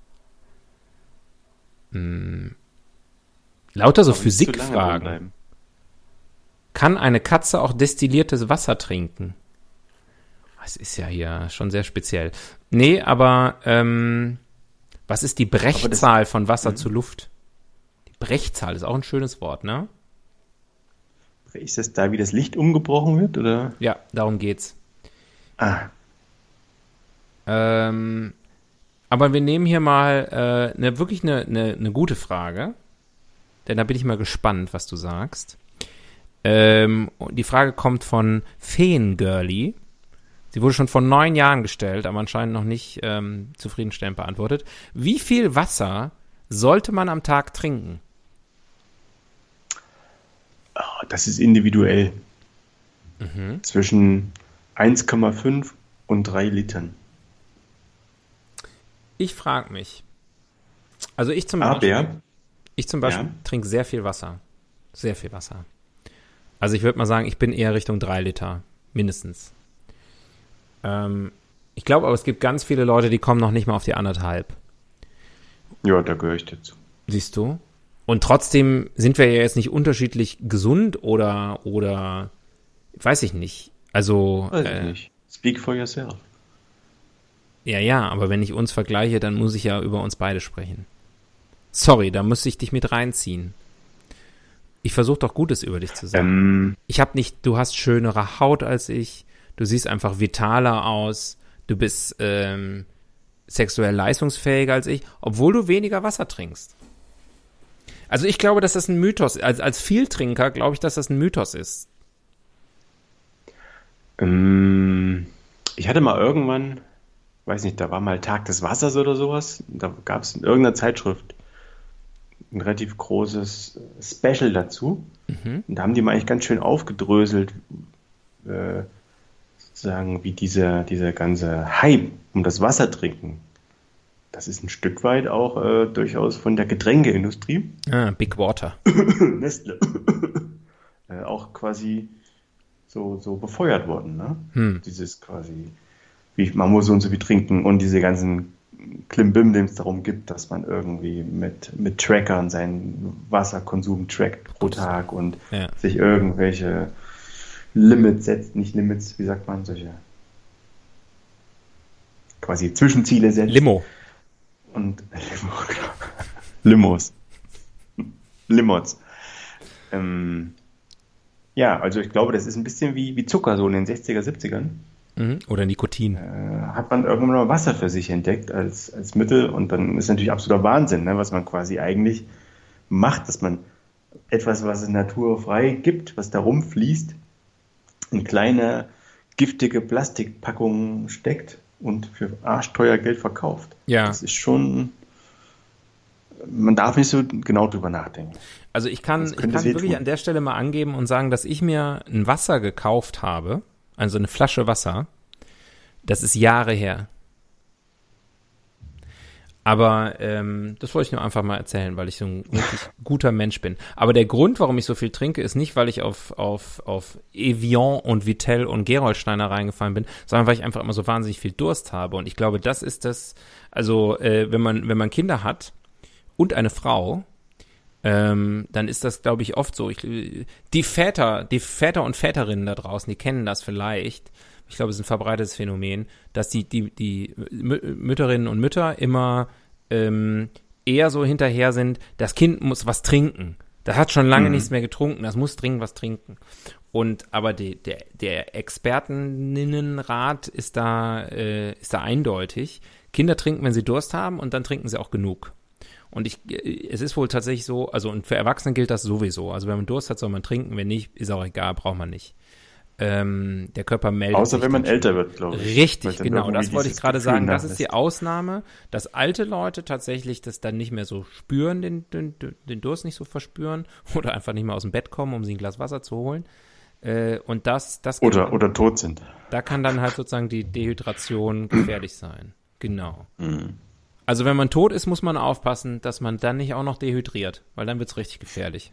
Mm. Lauter so Aber nicht zu lange Physikfragen. drinbleiben. Kann eine Katze auch destilliertes Wasser trinken? Das ist ja hier schon sehr speziell. Nee, aber ähm, was ist die Brechzahl von Wasser zu Luft? Die Brechzahl ist auch ein schönes Wort, ne? Ist das da, wie das Licht umgebrochen wird, oder? Ja, darum geht's. Ah, Ähm, aber wir nehmen hier mal äh, ne, wirklich eine ne, ne gute Frage, denn da bin ich mal gespannt, was du sagst. Ähm, und die Frage kommt von Feengirly. Sie wurde schon vor neun Jahren gestellt, aber anscheinend noch nicht ähm, zufriedenstellend beantwortet. Wie viel Wasser sollte man am Tag trinken? oh, das ist individuell. Mhm. Zwischen eins Komma fünf und drei Litern. Ich frage mich. Also ich zum Beispiel, Aber, ich zum Beispiel Ja. trinke sehr viel Wasser. Sehr viel Wasser. Also ich würde mal sagen, ich bin eher Richtung drei Liter. Mindestens. Ähm, ich glaube aber, es gibt ganz viele Leute, die kommen noch nicht mal auf die anderthalb. ja, da gehöre ich dazu. Siehst du? Und trotzdem sind wir ja jetzt nicht unterschiedlich gesund oder, oder weiß ich nicht. Also, Weiß äh, ich nicht. Speak for yourself. ja, ja, aber wenn ich uns vergleiche, dann muss ich ja über uns beide sprechen. Sorry, da muss ich dich mit reinziehen. Ich versuche doch Gutes über dich zu sagen. Ähm, Ich habe nicht, du hast schönere Haut als ich, du siehst einfach vitaler aus, du bist ähm, sexuell leistungsfähiger als ich, obwohl du weniger Wasser trinkst. Also ich glaube, dass das ein Mythos ist. Als, als Vieltrinker glaube ich, dass das ein Mythos ist. ähm, ich hatte mal irgendwann, weiß nicht, da war mal Tag des Wassers oder sowas. Da gab es in irgendeiner Zeitschrift ein relativ großes Special dazu. Mhm. Und da haben die mal eigentlich ganz schön aufgedröselt, äh, sozusagen, wie dieser, dieser ganze Hype um das Wasser trinken. Das ist ein Stück weit auch äh, durchaus von der Getränkeindustrie, Ah, Big Water. Nestle, äh, auch quasi so, so befeuert worden. Ne? Hm. Dieses quasi, wie man muss so und so viel trinken und diese ganzen Klimbim, dem es darum gibt, dass man irgendwie mit, mit Trackern seinen Wasserkonsum trackt pro Tag und Ja. sich irgendwelche Limits setzt, nicht Limits, wie sagt man, solche quasi Zwischenziele setzt. Limo. Und Limo, genau. Limos. Limos. Ähm, ja, also ich glaube, das ist ein bisschen wie, wie Zucker, so in den sechziger, siebzigern. Mhm. Oder Nikotin. Äh, hat man irgendwann mal Wasser für sich entdeckt als, als Mittel und dann ist natürlich absoluter Wahnsinn, ne, was man quasi eigentlich macht, dass man etwas, was es naturfrei gibt, was da rumfließt, in kleine giftige Plastikpackungen steckt und für arschteuer Geld verkauft. Ja. Das ist schon, man darf nicht so genau drüber nachdenken. Also ich kann, ich kann wirklich an der Stelle mal angeben und sagen, dass ich mir ein Wasser gekauft habe, also eine Flasche Wasser, das ist Jahre her. Aber ähm, das wollte ich nur einfach mal erzählen, weil ich so ein wirklich guter Mensch bin. Aber der Grund, warum ich so viel trinke, ist nicht, weil ich auf auf auf Evian und Vitell und Gerolsteiner reingefallen bin, sondern weil ich einfach immer so wahnsinnig viel Durst habe. Und ich glaube, das ist das, also äh, wenn man wenn man Kinder hat und eine Frau, ähm, dann ist das, glaube ich, oft so. Ich, die Väter, die Väter und Väterinnen da draußen, die kennen das vielleicht. Ich glaube, es ist ein verbreitetes Phänomen, dass die, die, die Mütterinnen und Mütter immer ähm, eher so hinterher sind, das Kind muss was trinken. Das hat schon lange mhm. nichts mehr getrunken, das muss dringend was trinken. Und aber die, der, der Expertinnenrat ist da, äh, ist da eindeutig. Kinder trinken, wenn sie Durst haben, und dann trinken sie auch genug. Und ich, es ist wohl tatsächlich so, also und für Erwachsene gilt das sowieso. Also wenn man Durst hat, soll man trinken, wenn nicht, ist auch egal, braucht man nicht. Ähm, der Körper meldet Außer sich wenn man schon. älter wird, glaube ich. Richtig, genau, das wollte ich gerade sagen. Das ist nachlässt. die Ausnahme, dass alte Leute tatsächlich das dann nicht mehr so spüren, den, den, den Durst nicht so verspüren oder einfach nicht mehr aus dem Bett kommen, um sich ein Glas Wasser zu holen. Äh, und das, das kann Oder, dann, oder tot sind. Da kann dann halt sozusagen die Dehydration gefährlich sein. Genau. Mhm. Also wenn man tot ist, muss man aufpassen, dass man dann nicht auch noch dehydriert, weil dann wird's richtig gefährlich.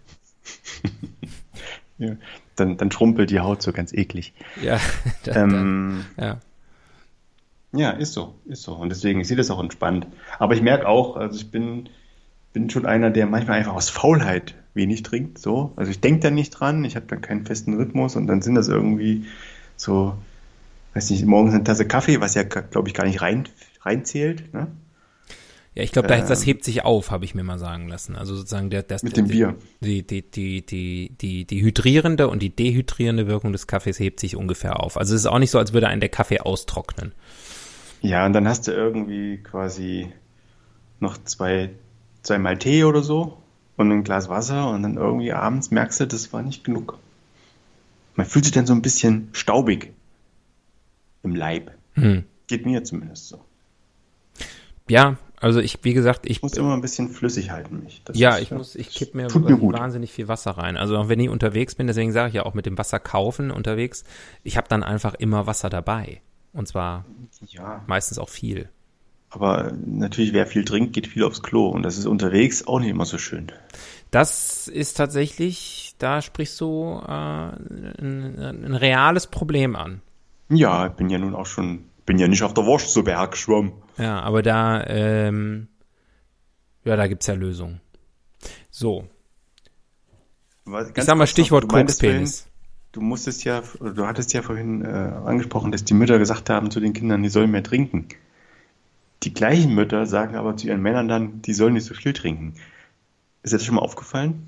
Ja, dann, dann schrumpelt die Haut so ganz eklig. Ja, dann, ähm, dann, ja. Ja, ist so, ist so. Und deswegen, ich sehe das auch entspannt. Aber ich merke auch, also ich bin, bin schon einer, der manchmal einfach aus Faulheit wenig trinkt. So. Also ich denke da nicht dran, ich habe dann keinen festen Rhythmus und dann sind das irgendwie so, weiß nicht, morgens eine Tasse Kaffee, was ja, glaube ich, gar nicht rein, reinzählt, ne? Ja, ich glaube, das, das Ähm, hebt sich auf, habe ich mir mal sagen lassen. Also sozusagen der, das, Mit dem die, Bier. Die, die, die, die, die, die hydrierende und die dehydrierende Wirkung des Kaffees hebt sich ungefähr auf. Also es ist auch nicht so, als würde einen der Kaffee austrocknen. Ja, und dann hast du irgendwie quasi noch zwei, zweimal Tee oder so und ein Glas Wasser und dann irgendwie abends merkst du, das war nicht genug. Man fühlt sich dann so ein bisschen staubig im Leib. Hm. Geht mir zumindest so. Ja, also ich, wie gesagt, ich Ich muss immer ein bisschen flüssig halten mich. Das ja, ist, ich muss, ich kipp mir, tut mir gut. wahnsinnig viel Wasser rein. Also auch wenn ich unterwegs bin, deswegen sage ich ja auch mit dem Wasser kaufen unterwegs, ich habe dann einfach immer Wasser dabei. Und zwar Ja, meistens auch viel. aber natürlich, wer viel trinkt, geht viel aufs Klo und das ist unterwegs auch nicht immer so schön. Das ist tatsächlich, da sprichst du äh, ein, ein reales Problem an. Ja, ich bin ja nun auch schon, bin ja nicht auf der Wurstsuppe hergeschwommen. Ja, aber da, ähm, ja, da gibt's ja Lösungen. So, Was- ich sag mal kurz noch, Stichwort du meintest Kokspenis. vorhin, Du musstest ja, oder du hattest ja vorhin äh, angesprochen, dass die Mütter gesagt haben zu den Kindern, die sollen mehr trinken. Die gleichen Mütter sagen aber zu ihren Männern dann, die sollen nicht so viel trinken. Ist dir das schon mal aufgefallen?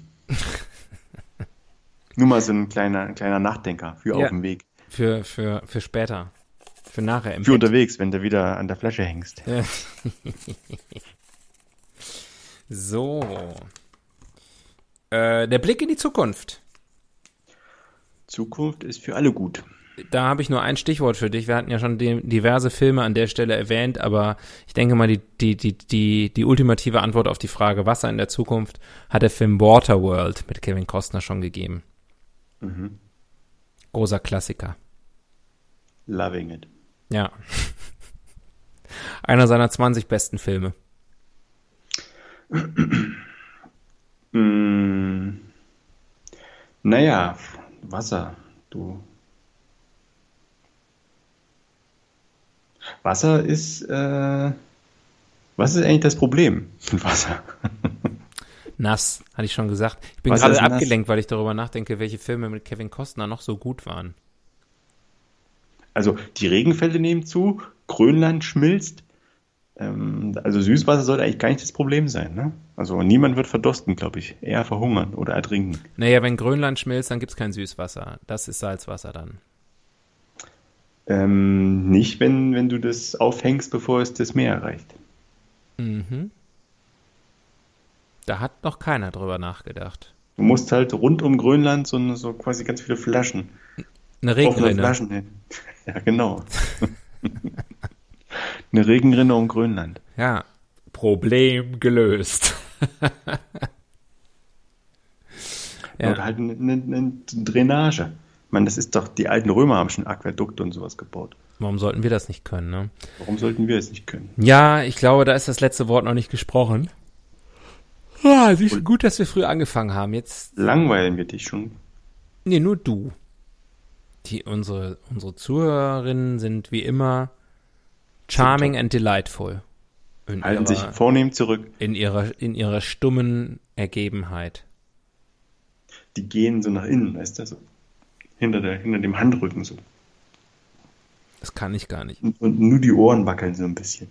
Nur mal so ein kleiner, ein kleiner Nachdenker für Ja. auf dem Weg. Für, für, für später. Für nachher im Für Bett. unterwegs, wenn du wieder an der Flasche hängst. Ja. So. Äh, der Blick in die Zukunft. Zukunft ist für alle gut. Da habe ich nur ein Stichwort für dich. Wir hatten ja schon die, diverse Filme an der Stelle erwähnt, aber ich denke mal, die, die, die, die, die ultimative Antwort auf die Frage, Wasser in der Zukunft, hat der Film Waterworld mit Kevin Costner schon gegeben. Mhm. Großer Klassiker. Loving it. Ja. Einer seiner zwanzig besten Filme. Mm, naja, Wasser, du. Wasser ist, äh, was ist eigentlich das Problem mit Wasser? Nass, hatte ich schon gesagt. Ich bin Wasser gerade ist nass. abgelenkt, weil ich darüber nachdenke, welche Filme mit Kevin Costner noch so gut waren. Also die Regenfälle nehmen zu, Grönland schmilzt. Ähm, also Süßwasser sollte eigentlich gar nicht das Problem sein, ne? Also niemand wird verdursten, glaube ich. Eher verhungern oder ertrinken. Naja, wenn Grönland schmilzt, dann gibt's kein Süßwasser. Das ist Salzwasser dann. Ähm, nicht, wenn, wenn du das aufhängst, bevor es das Meer erreicht. Mhm. Da hat noch keiner drüber nachgedacht. Du musst halt rund um Grönland so, so quasi ganz viele Flaschen, Eine offene Regenrinne. Flaschen hin. Ja, genau. Eine Regenrinne um Grönland. Ja, Problem gelöst. Ja. Oder halt eine, eine, eine Drainage. Ich meine, das ist doch, die alten Römer haben schon Aquädukte und sowas gebaut. Warum sollten wir das nicht können, ne? Warum sollten wir es nicht können? Ja, ich glaube, da ist das letzte Wort noch nicht gesprochen. Ah, es ist gut, dass wir früh angefangen haben. Jetzt langweilen wir dich schon. Nee, nur du. Die, unsere, unsere Zuhörerinnen sind wie immer charming and delightful. In Halten ihrer, sich vornehm zurück. In ihrer, in ihrer stummen Ergebenheit. Die gehen so nach innen, weißt du, so hinter, der, hinter dem Handrücken so. Das kann ich gar nicht. Und, und nur die Ohren wackeln so ein bisschen.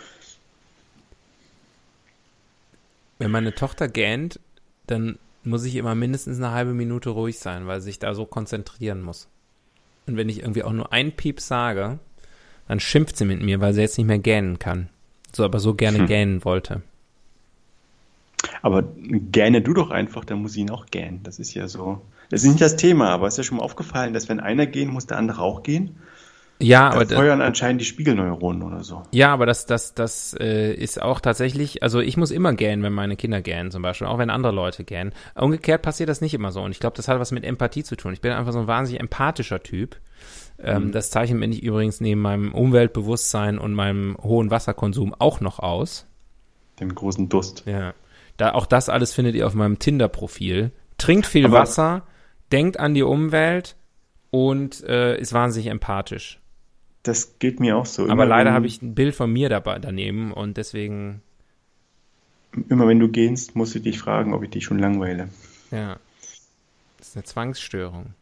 Wenn meine Tochter gähnt, dann muss ich immer mindestens eine halbe Minute ruhig sein, weil sie sich da so konzentrieren muss. Und wenn ich irgendwie auch nur einen Piep sage, dann schimpft sie mit mir, weil sie jetzt nicht mehr gähnen kann. So, aber so gerne hm. gähnen wollte. Aber gähne du doch einfach, dann muss ich ihn auch gähnen. Das ist ja so. Das ist nicht das Thema, aber es ist ja schon mal aufgefallen, dass wenn einer gehen muss, der andere auch gehen. Ja, da aber feuern das, anscheinend die Spiegelneuronen oder so. Ja, aber das, das, das äh, ist auch tatsächlich, also ich muss immer gähnen, wenn meine Kinder gähnen zum Beispiel, auch wenn andere Leute gähnen. Umgekehrt passiert das nicht immer so und ich glaube, das hat was mit Empathie zu tun. Ich bin einfach so ein wahnsinnig empathischer Typ. Ähm, mhm. Das zeichnet mich übrigens neben meinem Umweltbewusstsein und meinem hohen Wasserkonsum auch noch aus. Dem großen Durst. Ja, da auch das alles findet ihr auf meinem Tinder-Profil. Trinkt viel aber Wasser, denkt an die Umwelt und äh, ist wahnsinnig empathisch. Das geht mir auch so. Aber immer leider habe ich ein Bild von mir dabei daneben und deswegen. Immer wenn du gehst, musst du dich fragen, ob ich dich schon langweile. Ja. Das ist eine Zwangsstörung.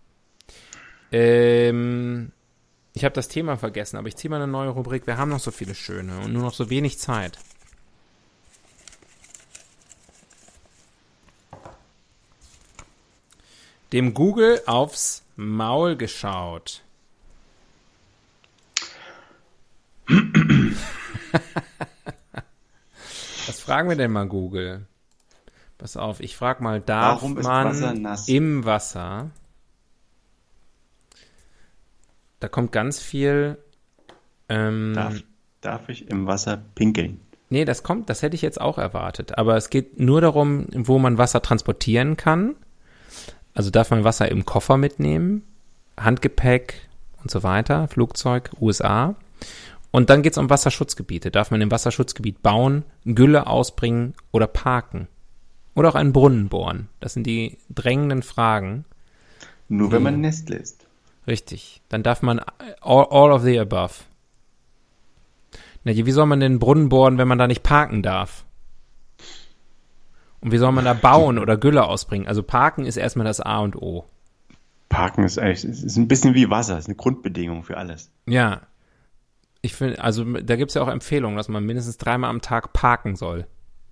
Ähm, ich habe das Thema vergessen, aber ich ziehe mal eine neue Rubrik. Wir haben noch so viele schöne und nur noch so wenig Zeit. Dem Google aufs Maul geschaut. Was fragen wir denn mal Google? Pass auf, ich frage mal, darf Warum ist man Wasser nass? Im Wasser, da kommt ganz viel, ähm, darf, darf ich im Wasser pinkeln? Nee, das kommt, das hätte ich jetzt auch erwartet, aber es geht nur darum, wo man Wasser transportieren kann. Also darf man Wasser im Koffer mitnehmen, Handgepäck und so weiter, Flugzeug, U S A. Und dann geht es um Wasserschutzgebiete. Darf man im Wasserschutzgebiet bauen, Gülle ausbringen oder parken? Oder auch einen Brunnen bohren? Das sind die drängenden Fragen. Nur wenn man Nestle ist. Richtig. Dann darf man all, all of the above. Na, wie soll man den Brunnen bohren, wenn man da nicht parken darf? Und wie soll man da bauen oder Gülle ausbringen? Also parken ist erstmal das A und O. Parken ist eigentlich, ist ein bisschen wie Wasser, ist eine Grundbedingung für alles. Ja. Ich finde, also da gibt es ja auch Empfehlungen, dass man mindestens dreimal am Tag parken soll.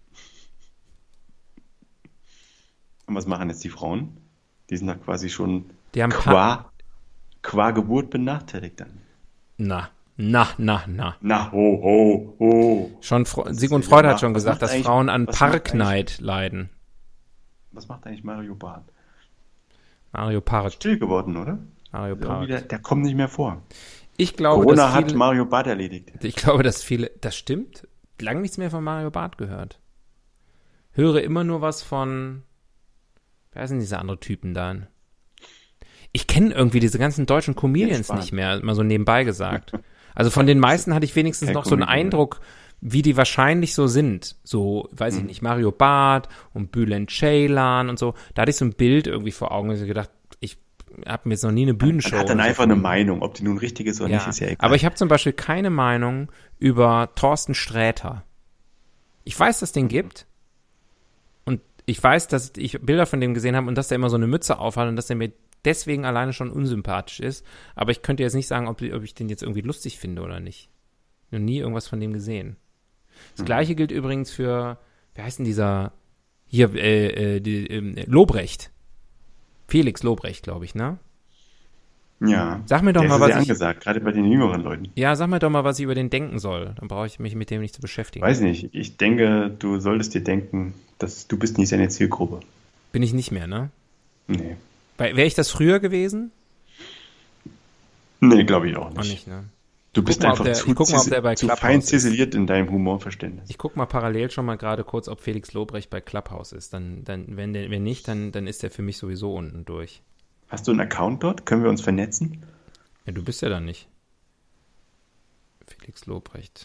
Und was machen jetzt die Frauen? Die sind da quasi schon die haben qua, qua Geburt benachteiligt dann. Na, na, na, na. Na, ho, ho, ho. Schon Fre- Sigmund Freud hat schon gesagt, dass Frauen an Parkneid leiden. Was macht eigentlich Mario Barth? Mario Barth. Still geworden, oder? Mario Barth. Der, der kommt nicht mehr vor. Ich glaube, Corona dass viele, hat Mario Barth erledigt. Ich glaube, dass viele, das stimmt, lange nichts mehr von Mario Barth gehört. Höre immer nur was von, wer sind diese anderen Typen da? Ich kenne irgendwie diese ganzen deutschen Comedians nicht mehr, mal so nebenbei gesagt. Also von den meisten hatte ich wenigstens Kein noch so einen Eindruck, wie die wahrscheinlich so sind. So, weiß hm. ich nicht, Mario Barth und Bülent Ceylan und so. Da hatte ich so ein Bild irgendwie vor Augen, dass ich gedacht, ich habe mir jetzt noch nie eine Bühnenshow. Man hat dann einfach so eine Meinung, ob die nun richtig ist oder ja, nicht, ist ja egal. Aber ich habe zum Beispiel keine Meinung über Thorsten Sträter. Ich weiß, dass es den gibt. Und ich weiß, dass ich Bilder von dem gesehen habe und dass der immer so eine Mütze aufhat und dass der mir deswegen alleine schon unsympathisch ist. Aber ich könnte jetzt nicht sagen, ob, ob ich den jetzt irgendwie lustig finde oder nicht. Noch nie irgendwas von dem gesehen. Das mhm. Gleiche gilt übrigens für, wer heißt denn dieser, hier, äh, äh, die, äh, Lobrecht. Felix Lobrecht, glaube ich, ne? Ja. Sag mir doch der mal, ist was sehr ich, angesagt, gerade bei den jüngeren Leuten. Ja, sag mir doch mal, was ich über den denken soll. Dann brauche ich mich mit dem nicht zu beschäftigen. Weiß nicht. Ich denke, du solltest dir denken, dass du bist nicht seine Zielgruppe. Bin ich nicht mehr, ne? Nee. Wäre ich das früher gewesen? Nee, glaube ich auch nicht. Auch nicht, ne? Du bist mal, ob einfach der- zu, ich guck mal, ob der bei zu Clubhouse fein ist. ziseliert in deinem Humorverständnis. Ich gucke mal parallel schon mal gerade kurz, ob Felix Lobrecht bei Clubhouse ist. Dann, dann, wenn der, wenn nicht, dann, dann ist der für mich sowieso unten durch. Hast du einen Account dort? Können wir uns vernetzen? Ja, du bist ja da nicht. Felix Lobrecht.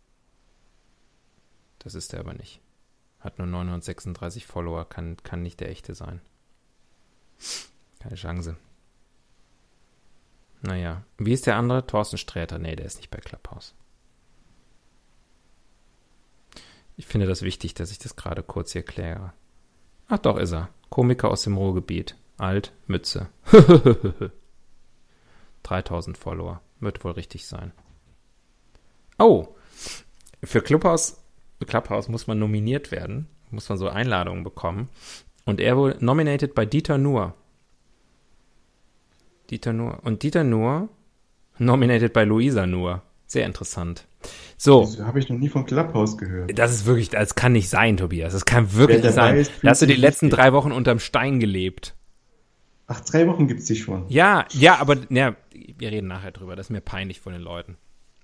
Das ist der aber nicht. Hat nur neunhundertsechsunddreißig Follower, kann, kann nicht der echte sein. Keine Chance. Naja. Wie ist der andere? Thorsten Sträter. Nee, der ist nicht bei Clubhouse. Ich finde das wichtig, dass ich das gerade kurz hier kläre. Ach doch, ist er. Komiker aus dem Ruhrgebiet. Alt, Mütze. dreitausend Follower. Wird wohl richtig sein. Oh, für Clubhouse, Clubhouse muss man nominiert werden. Muss man so Einladungen bekommen. Und er wurde nominated bei Dieter Nuhr. Dieter Nuhr. Und Dieter Nuhr nominated bei Luisa Nuhr. Sehr interessant. So. Das habe ich noch nie von Clubhouse gehört. Das ist wirklich, das kann nicht sein, Tobias. Das kann wirklich nicht sein. Ist, da hast du die letzten lustig. drei Wochen unterm Stein gelebt. Ach, drei Wochen gibt's die schon. Ja, ja, aber ja, wir reden nachher drüber. Das ist mir peinlich von den Leuten.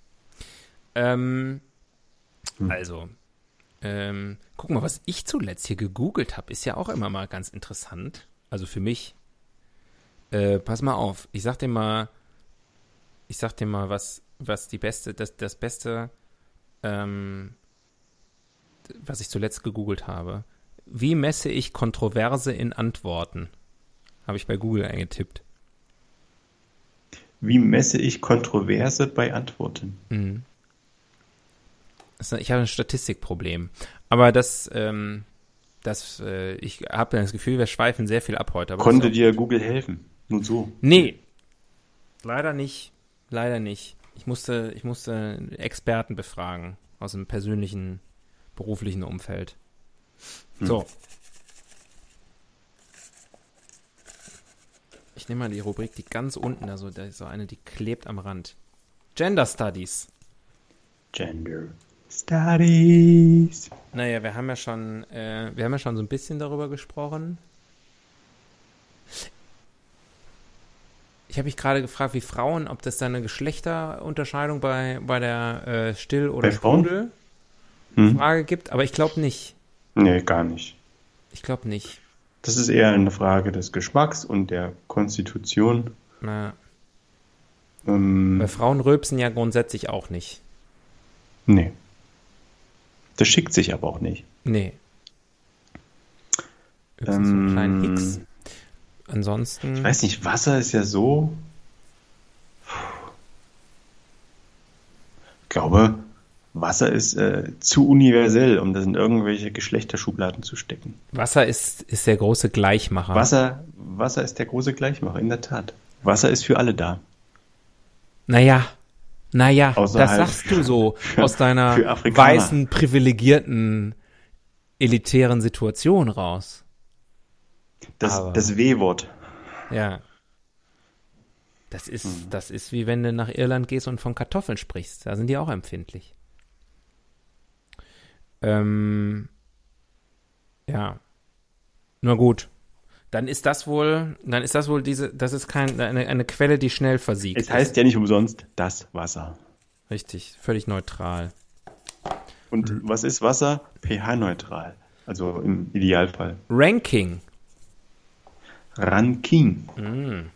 Ähm, hm. Also, ähm, guck mal, was ich zuletzt hier gegoogelt habe, ist ja auch immer mal ganz interessant. Also für mich. Äh, pass mal auf. Ich sag dir mal, ich sag dir mal, was, was die beste, das, das beste, ähm, was ich zuletzt gegoogelt habe. Wie messe ich Kontroverse in Antworten? Habe ich bei Google eingetippt. Wie messe ich Kontroverse bei Antworten? Mhm. Das, ich habe ein Statistikproblem. Aber das, ähm, das, äh, ich habe das Gefühl, wir schweifen sehr viel ab heute. Aber Konnte dir Google helfen? Nur so? Nee, leider nicht. Leider nicht. Ich musste, ich musste Experten befragen aus dem persönlichen, beruflichen Umfeld. Hm. So. Ich nehme mal die Rubrik, die ganz unten, also da ist so eine, die klebt am Rand. Gender Studies. Gender Studies. Naja, wir haben ja schon, äh, wir haben ja schon so ein bisschen darüber gesprochen. Ich habe mich gerade gefragt, wie Frauen, ob das da eine Geschlechterunterscheidung bei, bei der äh, Still- oder Bei Frauen? Sprudel-Frage hm. gibt, aber ich glaube nicht. Nee, gar nicht. Ich glaube nicht. Das ist eher eine Frage des Geschmacks und der Konstitution. Na, Ähm, bei Frauen rülpsen ja grundsätzlich auch nicht. nee. Das schickt sich aber auch nicht. Nee. Höchstens so einen Ähm, kleinen Hicks. Ansonsten. Ich weiß nicht, Wasser ist ja so. Ich glaube, Wasser ist äh, zu universell, um das in irgendwelche Geschlechterschubladen zu stecken. Wasser ist, ist der große Gleichmacher. Wasser, Wasser ist der große Gleichmacher, in der Tat. Wasser ist für alle da. Naja, naja, Außer das halt sagst für- du so für- aus deiner für Afrikaner. weißen, privilegierten, elitären Situation raus. Das, Aber- das W-Wort. Ja. Das ist, Mhm. das ist wie wenn du nach Irland gehst und von Kartoffeln sprichst. Da sind die auch empfindlich. Ähm, ja. Na gut. Dann ist das wohl, dann ist das wohl diese, das ist kein, eine, eine Quelle, die schnell versiegt. Es heißt ja nicht umsonst das Wasser. Richtig, völlig neutral. Und Mhm. was ist Wasser? pH-neutral. Also im Idealfall. Ranking. Ranking. Mm.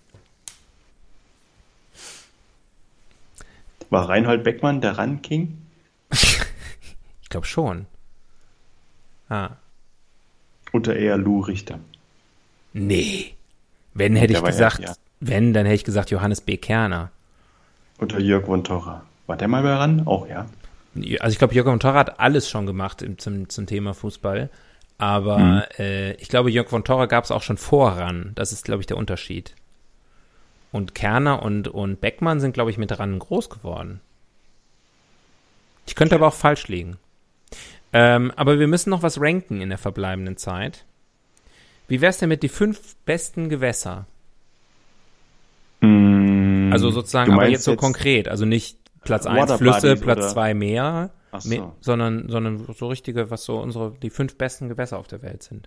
War Reinhold Beckmann der Ranking? Ich glaube schon. Ah. Oder eher Lou Richter? Nee. Wenn hätte Der ich war ja- gesagt, ja. wenn, dann hätte ich gesagt Johannes B. Kerner. Oder Jörg von Torra? War der mal bei ran? Auch ja. Also ich glaube, Jörg von Torra hat alles schon gemacht im, zum, zum Thema Fußball. Aber Mhm. äh, ich glaube, Jörg von Torra gab es auch schon voran. Das ist, glaube ich, der Unterschied. Und Kerner und, und Beckmann sind, glaube ich, mit ran groß geworden. Ich könnte aber auch falsch liegen. Ähm, aber wir müssen noch was ranken in der verbleibenden Zeit. Wie wär's denn mit die fünf besten Gewässer? Mm, Also sozusagen, du aber meinst jetzt so konkret. Also nicht Platz eins Water Flüsse, Bodies Platz oder- zwei Meer, Ach so. Me- sondern, sondern so richtige, was so unsere, die fünf besten Gewässer auf der Welt sind.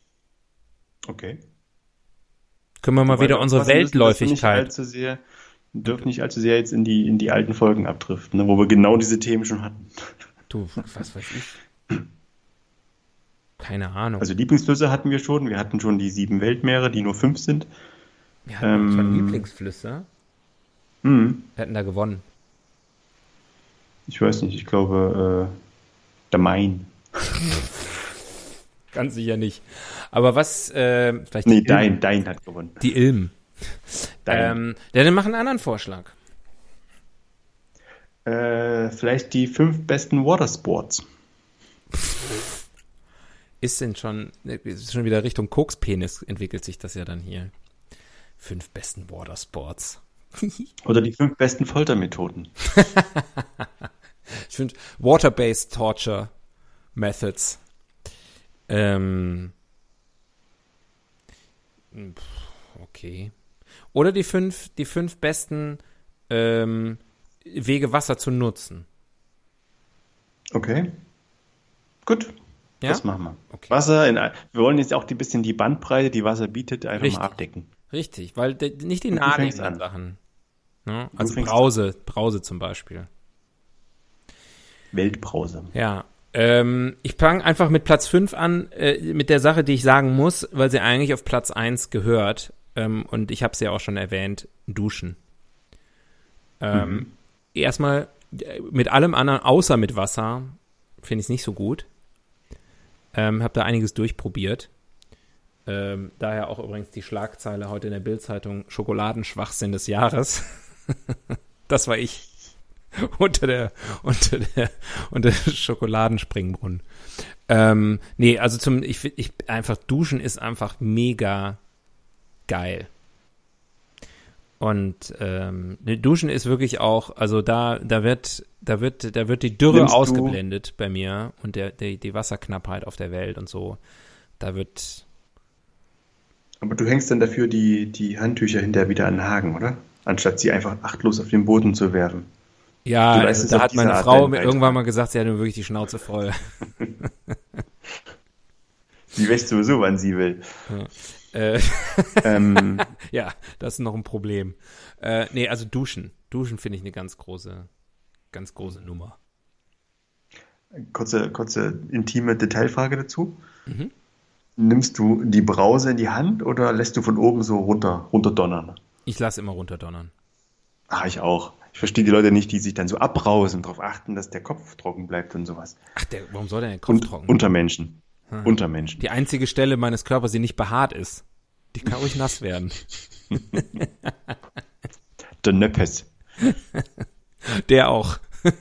Okay. Können wir mal Wobei wieder wir unsere aufpassen müssen, dass wir nicht Weltläufigkeit. allzu sehr Wir dürfen nicht allzu sehr jetzt in die, in die alten Folgen abdriften, ne, wo wir genau diese Themen schon hatten. Du, was weiß ich? Keine Ahnung. Also Lieblingsflüsse hatten wir schon. Wir hatten schon die sieben Weltmeere, die nur fünf sind. Wir hatten ähm, schon Lieblingsflüsse. Mh. Wir hatten da gewonnen. Ich weiß nicht, ich glaube, äh, der Main. Ganz sicher nicht. Aber was, äh, vielleicht Nee, die dein, Ilm. dein hat gewonnen. Die Ilm. Dein. Ähm, ja, dann mach einen anderen Vorschlag. Äh, vielleicht die fünf besten Watersports. Ist denn schon, ist schon wieder Richtung Kokspenis entwickelt sich das ja dann hier. Fünf besten Watersports. Oder die fünf besten Foltermethoden. Ich finde Water-Based Torture Methods. Ähm, okay. Oder die fünf, die fünf besten ähm, Wege, Wasser zu nutzen. Okay. Gut. Ja? Das machen wir. Okay. Wasser, in, wir wollen jetzt auch ein bisschen die Bandbreite, die Wasser bietet, einfach Richtig. mal abdecken. Richtig, weil de, nicht die Und du naheliegenden fängst an. Sachen. Ne? Du Also fängst Brause, Brause zum Beispiel. Weltbrause. Ja, ähm, ich fange einfach mit Platz fünf an, äh, mit der Sache, die ich sagen muss, weil sie eigentlich auf Platz eins gehört. Ähm, und ich habe es ja auch schon erwähnt, Duschen. Ähm, Mhm. Erstmal, äh, mit allem anderen, außer mit Wasser, finde ich es nicht so gut. Ähm, habe da einiges durchprobiert. Ähm, daher auch übrigens die Schlagzeile heute in der Bild-Zeitung, Schokoladenschwachsinn des Jahres. Das war ich. Unter der, unter der, unter der Schokoladenspringbrunnen. Ähm, nee, also zum, ich, ich, einfach duschen ist einfach mega geil. Und, ähm, duschen ist wirklich auch, also da, da wird, da wird, da wird die Dürre Nimmst du- ausgeblendet bei mir und der, der, die Wasserknappheit auf der Welt und so. Da wird, Aber du hängst dann dafür die, die Handtücher hinterher wieder an den Haken, oder? Anstatt sie einfach achtlos auf den Boden zu werfen. ja, Du also leistest da auf hat diese meine Art Frau deinen mir Beitrag. irgendwann mal gesagt, sie hat mir wirklich die Schnauze voll. Sie wäscht sowieso, wann sie will. äh, ähm, Ja, das ist noch ein Problem. Äh, nee, also Duschen. Duschen finde ich eine ganz große, ganz große Nummer. kurze, kurze intime Detailfrage dazu. Mhm. Nimmst du die Brause in die Hand oder lässt du von oben so runter, runter donnern? Ich lasse immer runterdonnern. Ah, ich auch. Ich verstehe die Leute nicht, die sich dann so abbrausen und darauf achten, dass der Kopf trocken bleibt und sowas. Ach, der, warum soll der den Kopf Und trocken? Untermenschen. Hm. Untermenschen. Die einzige Stelle meines Körpers, die nicht behaart ist, die kann ruhig nass werden. Der Nöppes. Der auch.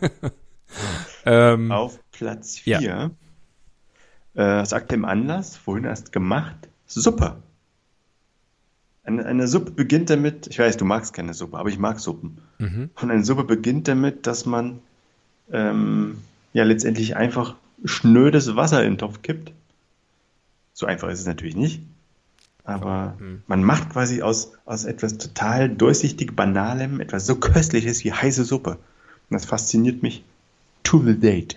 ähm, Auf Platz Ja. vier äh, sagt dem Anlass, vorhin erst gemacht, Suppe. Eine, eine Suppe beginnt damit, ich weiß, du magst keine Suppe, aber ich mag Suppen. mhm. Und eine Suppe beginnt damit, dass man ähm, ja letztendlich einfach schnödes Wasser in den Topf kippt. So einfach ist es natürlich nicht. Aber Hm. man macht quasi aus, aus etwas total durchsichtig Banalem etwas so Köstliches wie heiße Suppe. Und das fasziniert mich to the date.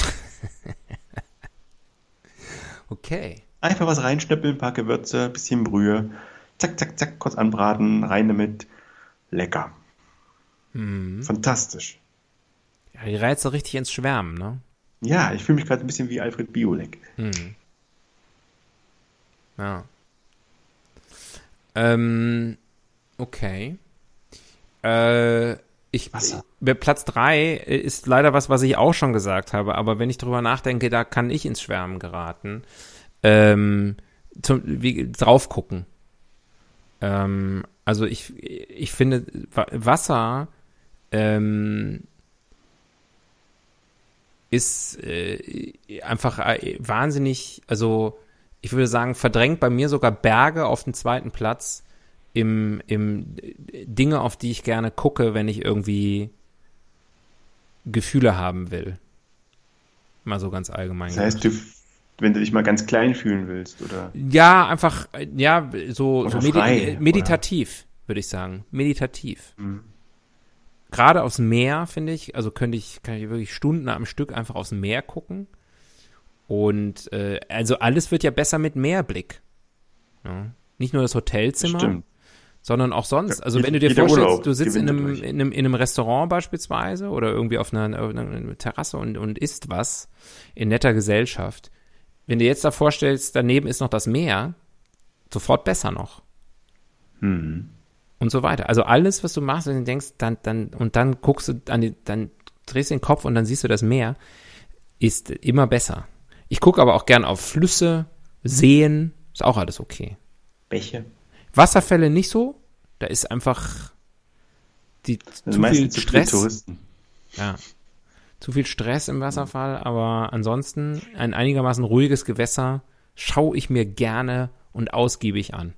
Okay. Einfach was reinschnippeln, ein paar Gewürze, bisschen Brühe. Zack, zack, zack, kurz anbraten, rein damit. Lecker. Hm. Fantastisch. Ja, die reizt doch richtig ins Schwärmen, ne? Ja, ich fühle mich gerade ein bisschen wie Alfred Biolek. Hm. Ja. Ähm, okay. Äh, ich, Wasser. bei Platz drei ist leider was, was ich auch schon gesagt habe, aber wenn ich drüber nachdenke, da kann ich ins Schwärmen geraten. Ähm, zum, wie, drauf gucken. Ähm, also ich, ich finde, Wa- Wasser, ähm, ist äh, einfach äh, wahnsinnig, also ich würde sagen, verdrängt bei mir sogar Berge auf den zweiten Platz im, im äh, Dinge, auf die ich gerne gucke, wenn ich irgendwie Gefühle haben will. Mal so ganz allgemein. Das heißt, du, wenn du dich mal ganz klein fühlen willst, oder? Ja, einfach, äh, ja, so, Oder so medi frei, äh, meditativ, würde ich sagen. Meditativ. Mhm. Gerade aufs Meer, finde ich, also könnte ich, kann ich wirklich Stunden am Stück einfach aufs Meer gucken. Und äh, also alles wird ja besser mit Meerblick. Ja. Nicht nur das Hotelzimmer, Stimmt. sondern auch sonst. Also Ja, wenn du dir jeder vorstellst, Urlaub du sitzt in gewinnt einem, dadurch. in, einem, in einem Restaurant beispielsweise oder irgendwie auf einer, auf einer Terrasse und, und isst was in netter Gesellschaft. Wenn du jetzt da vorstellst, daneben ist noch das Meer, sofort besser noch. Mhm. Und so weiter. Also alles, was du machst, wenn du denkst, dann, dann, und dann guckst du, an die, dann drehst du den Kopf und dann siehst du das Meer, ist immer besser. Ich gucke aber auch gern auf Flüsse, Seen, ist auch alles okay. Bäche. Wasserfälle nicht so, da ist einfach die, Also zu meistens viel zu viele Stress. Touristen. Ja, zu viel Stress im Wasserfall, aber ansonsten ein einigermaßen ruhiges Gewässer schaue ich mir gerne und ausgiebig an.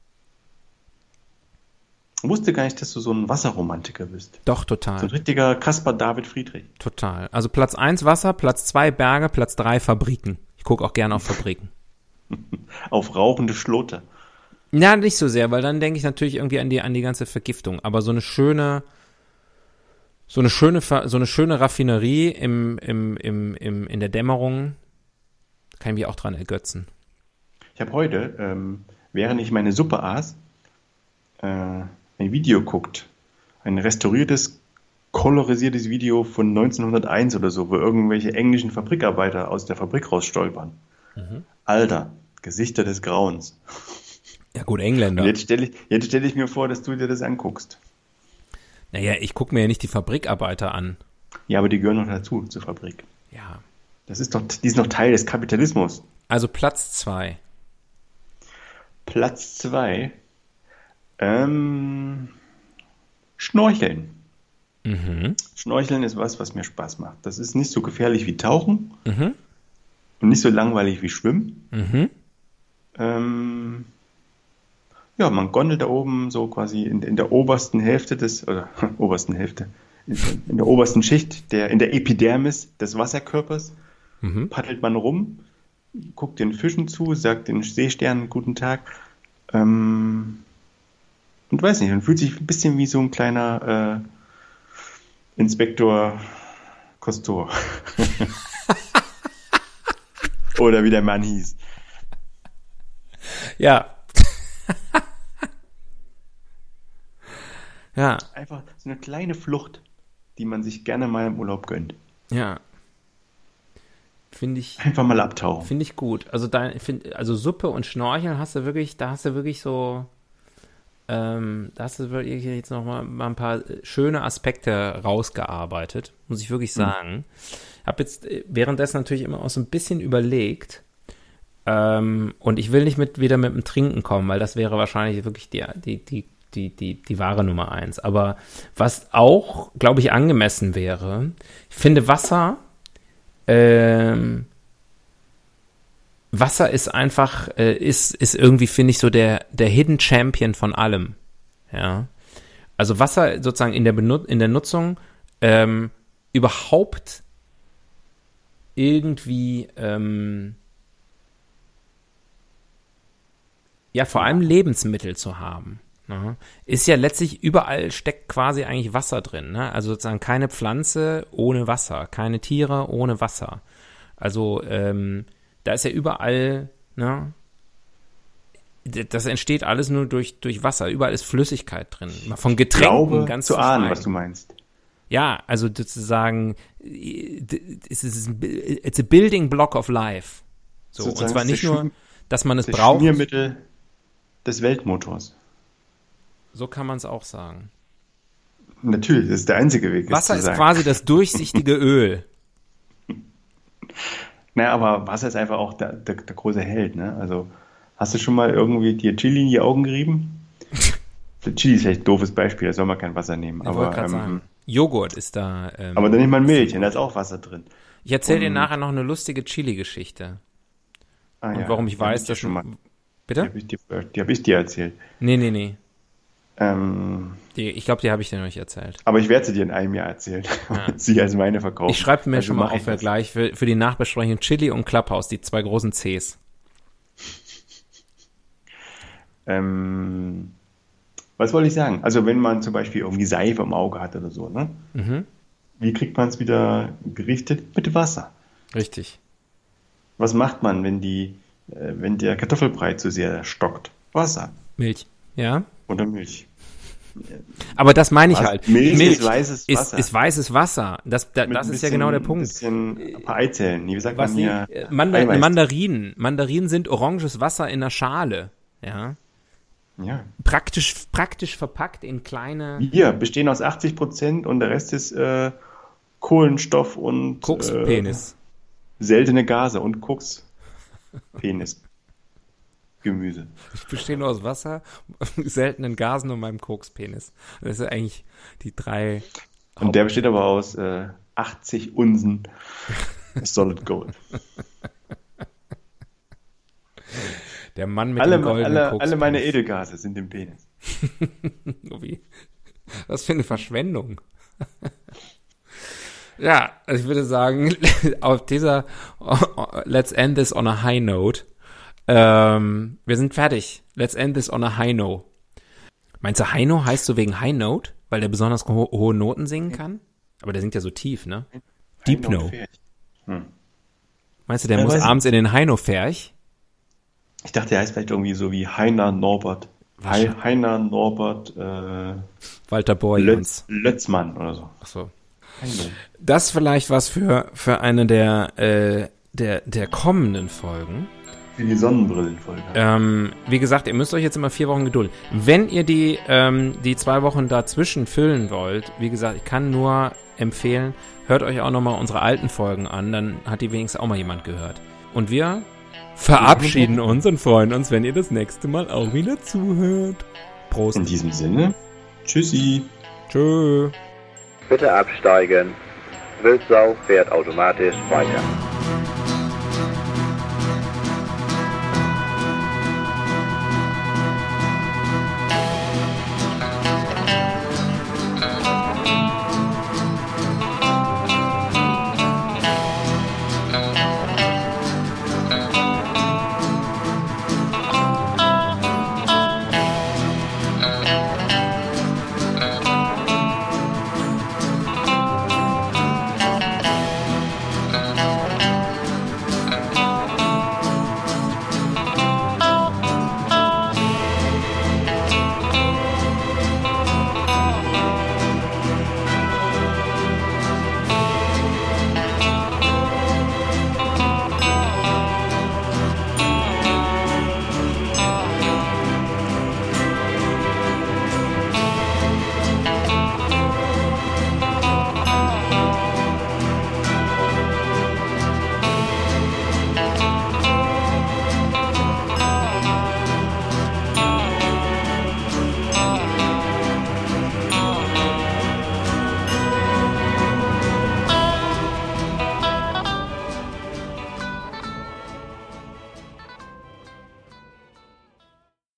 Ich wusste gar nicht, dass du so ein Wasserromantiker bist. Doch, So ein total, richtiger Caspar David Friedrich. total. Also Platz eins Wasser, Platz zwei Berge, Platz drei Fabriken. Ich gucke auch gerne auf Fabriken. Auf rauchende Schlote. Ja, nicht so sehr, weil dann denke ich natürlich irgendwie an die, an die ganze Vergiftung. Aber so eine schöne, so eine schöne, Fa- so eine schöne Raffinerie im, im, im, im, in der Dämmerung, kann ich mich auch dran ergötzen. Ich habe heute, ähm, während ich meine Suppe aß, äh, ein Video guckt. Ein restauriertes, kolorisiertes Video von neunzehnhunderteins oder so, wo irgendwelche englischen Fabrikarbeiter aus der Fabrik rausstolpern. Alter, Gesichter des Grauens. Ja gut, Und Engländer. jetzt stelle ich, jetzt stell ich mir vor, dass du dir das anguckst. Naja, ich gucke mir ja nicht die Fabrikarbeiter an. Ja, aber die gehören noch dazu, zur Fabrik. Ja. Das ist doch, die ist noch Teil des Kapitalismus. Also Platz zwei. Platz zwei. Ähm, Schnorcheln. Mhm. Schnorcheln ist was, was mir Spaß macht. Das ist nicht so gefährlich wie Tauchen Mhm. und nicht so langweilig wie Schwimmen. Mhm. Ähm, ja, man gondelt da oben so quasi in, in der obersten Hälfte des, oder obersten Hälfte, in, in der obersten Schicht, der, in der Epidermis des Wasserkörpers, Mhm. paddelt man rum, guckt den Fischen zu, sagt den Seesternen guten Tag, ähm, und weiß nicht, und fühlt sich ein bisschen wie so ein kleiner äh, Inspektor Cousteau. Oder wie der Mann hieß. Ja. Ja, Einfach so eine kleine Flucht, die man sich gerne mal im Urlaub gönnt. ja. Finde ich, Einfach mal abtauchen. finde ich gut. Also dein, find, also Suppe und Schnorcheln hast du wirklich, da hast du wirklich so, ähm, da hast du wirklich jetzt noch mal, mal ein paar schöne Aspekte rausgearbeitet, muss ich wirklich sagen. Ich habe jetzt währenddessen natürlich immer auch so ein bisschen überlegt, ähm, und ich will nicht mit, wieder mit dem Trinken kommen, weil das wäre wahrscheinlich wirklich die, die, die, die, die, die wahre Nummer eins. Aber was auch, glaube ich, angemessen wäre, ich finde Wasser, ähm, Wasser ist einfach, äh, ist, ist irgendwie, finde ich, so der, der Hidden Champion von allem. Ja. Also Wasser sozusagen in der, Benut- in der Nutzung ähm, überhaupt irgendwie, ähm, ja, vor allem Lebensmittel zu haben. Ne? Ist ja letztlich überall steckt quasi eigentlich Wasser drin. Ne? Also sozusagen keine Pflanze ohne Wasser, keine Tiere ohne Wasser. Also ähm, da ist ja überall, ne? Das entsteht alles nur durch, durch Wasser. Überall ist Flüssigkeit drin. Von Getränken Glaube ganz zu ahnen, schweigen. was du meinst. Ja, also sozusagen, es ist it's a building block of life. So, und Sozusagen zwar das nicht Schmi- nur, dass man es Das braucht. Schmiermittel des Weltmotors. So kann man es auch sagen. Natürlich, das ist der einzige Weg. es Wasser zu ist sagen. quasi das durchsichtige Öl. Naja, aber Wasser ist einfach auch der, der, der große Held, ne? Also, hast du schon mal irgendwie dir Chili in die Augen gerieben? Chili ist vielleicht ein doofes Beispiel, da soll man kein Wasser nehmen. Ich Aber, wollte gerade ähm, sagen. Joghurt ist da. Ähm, aber dann nimmt man Milch und da ist auch Wasser drin. ich erzähle dir um- nachher noch eine lustige Chili-Geschichte. Ah, Und ja, warum ich die hab weiß, dir dass schon mal. Die Bitte? habe ich, dir- die hab ich dir erzählt. Nee, nee, nee. Ähm, Die, ich glaube, die habe ich dir noch nicht erzählt. aber ich werde sie dir in einem Jahr erzählen. Ja. Sie als meine verkaufen. Ich schreibe mir Also schon mal mach ich auf für das. gleich für, für die Nachbesprechung Chili und Clubhouse, die zwei großen Cs. Ähm, was wollte ich sagen? Also wenn man zum Beispiel irgendwie Seife im Auge hat oder so, ne? Mhm. Wie kriegt man es wieder gerichtet? Mit Wasser. Richtig. Was macht man, wenn die, äh, wenn der Kartoffelbrei zu sehr stockt? Wasser. Milch. Ja? Oder Milch. Aber das meine ich Was? halt. Milch, Milch ist weißes ist, Wasser. ist weißes Wasser. Das, da, Mit das ein ist ja bisschen- genau der Punkt. Ein bisschen, ein paar Eizellen. Wie sagt Was man die, hier? äh, Manda Eiweiß. Mandarinen. Mandarinen sind oranges Wasser in einer Schale. Ja. Ja. Praktisch, praktisch verpackt in kleine Wir bestehen aus achtzig Prozent und der Rest ist äh, Kohlenstoff und Kokspenis. Äh, seltene Gase und Kokspenis. Gemüse. Ich bestehe nur aus Wasser, seltenen Gasen und meinem Kokspenis. Das sind eigentlich die drei. Und der besteht aber aus äh, achtzig Unsen Solid Gold. Der Mann mit Alle, dem goldenen alle, Kokspenis. alle meine Edelgase sind im Penis. Wie? Was für eine Verschwendung. Ja, also ich würde sagen, auf dieser Let's end this on a high note. Ähm, wir sind fertig. Let's end this on a high note. Meinst du, High Note heißt so wegen High Note? Weil der besonders ho hohe Noten singen kann? Aber der singt ja so tief, ne? Deep No. Hm. Meinst du, der Ja, muss weiß ich. abends in den High Note Ferch? Ich dachte, der heißt vielleicht irgendwie so wie Heiner Norbert. Hei- Wahrscheinlich. Heiner Norbert äh, Walter Borjans. Lötz, Lötzmann oder so. Ach so. Heiner. Das vielleicht was für, für eine der, äh, der, der kommenden Folgen. Für die Sonnenbrillenfolge. Ähm, wie gesagt, ihr müsst euch jetzt immer vier Wochen gedulden. Wenn ihr die, ähm, die zwei Wochen dazwischen füllen wollt, wie gesagt, ich kann nur empfehlen, hört euch auch nochmal unsere alten Folgen an, dann hat die wenigstens auch mal jemand gehört. Und wir verabschieden uns und freuen uns, wenn ihr das nächste Mal auch wieder zuhört. Prost. In diesem Sinne, tschüssi. Tschö. Bitte absteigen. Wildsau fährt automatisch weiter.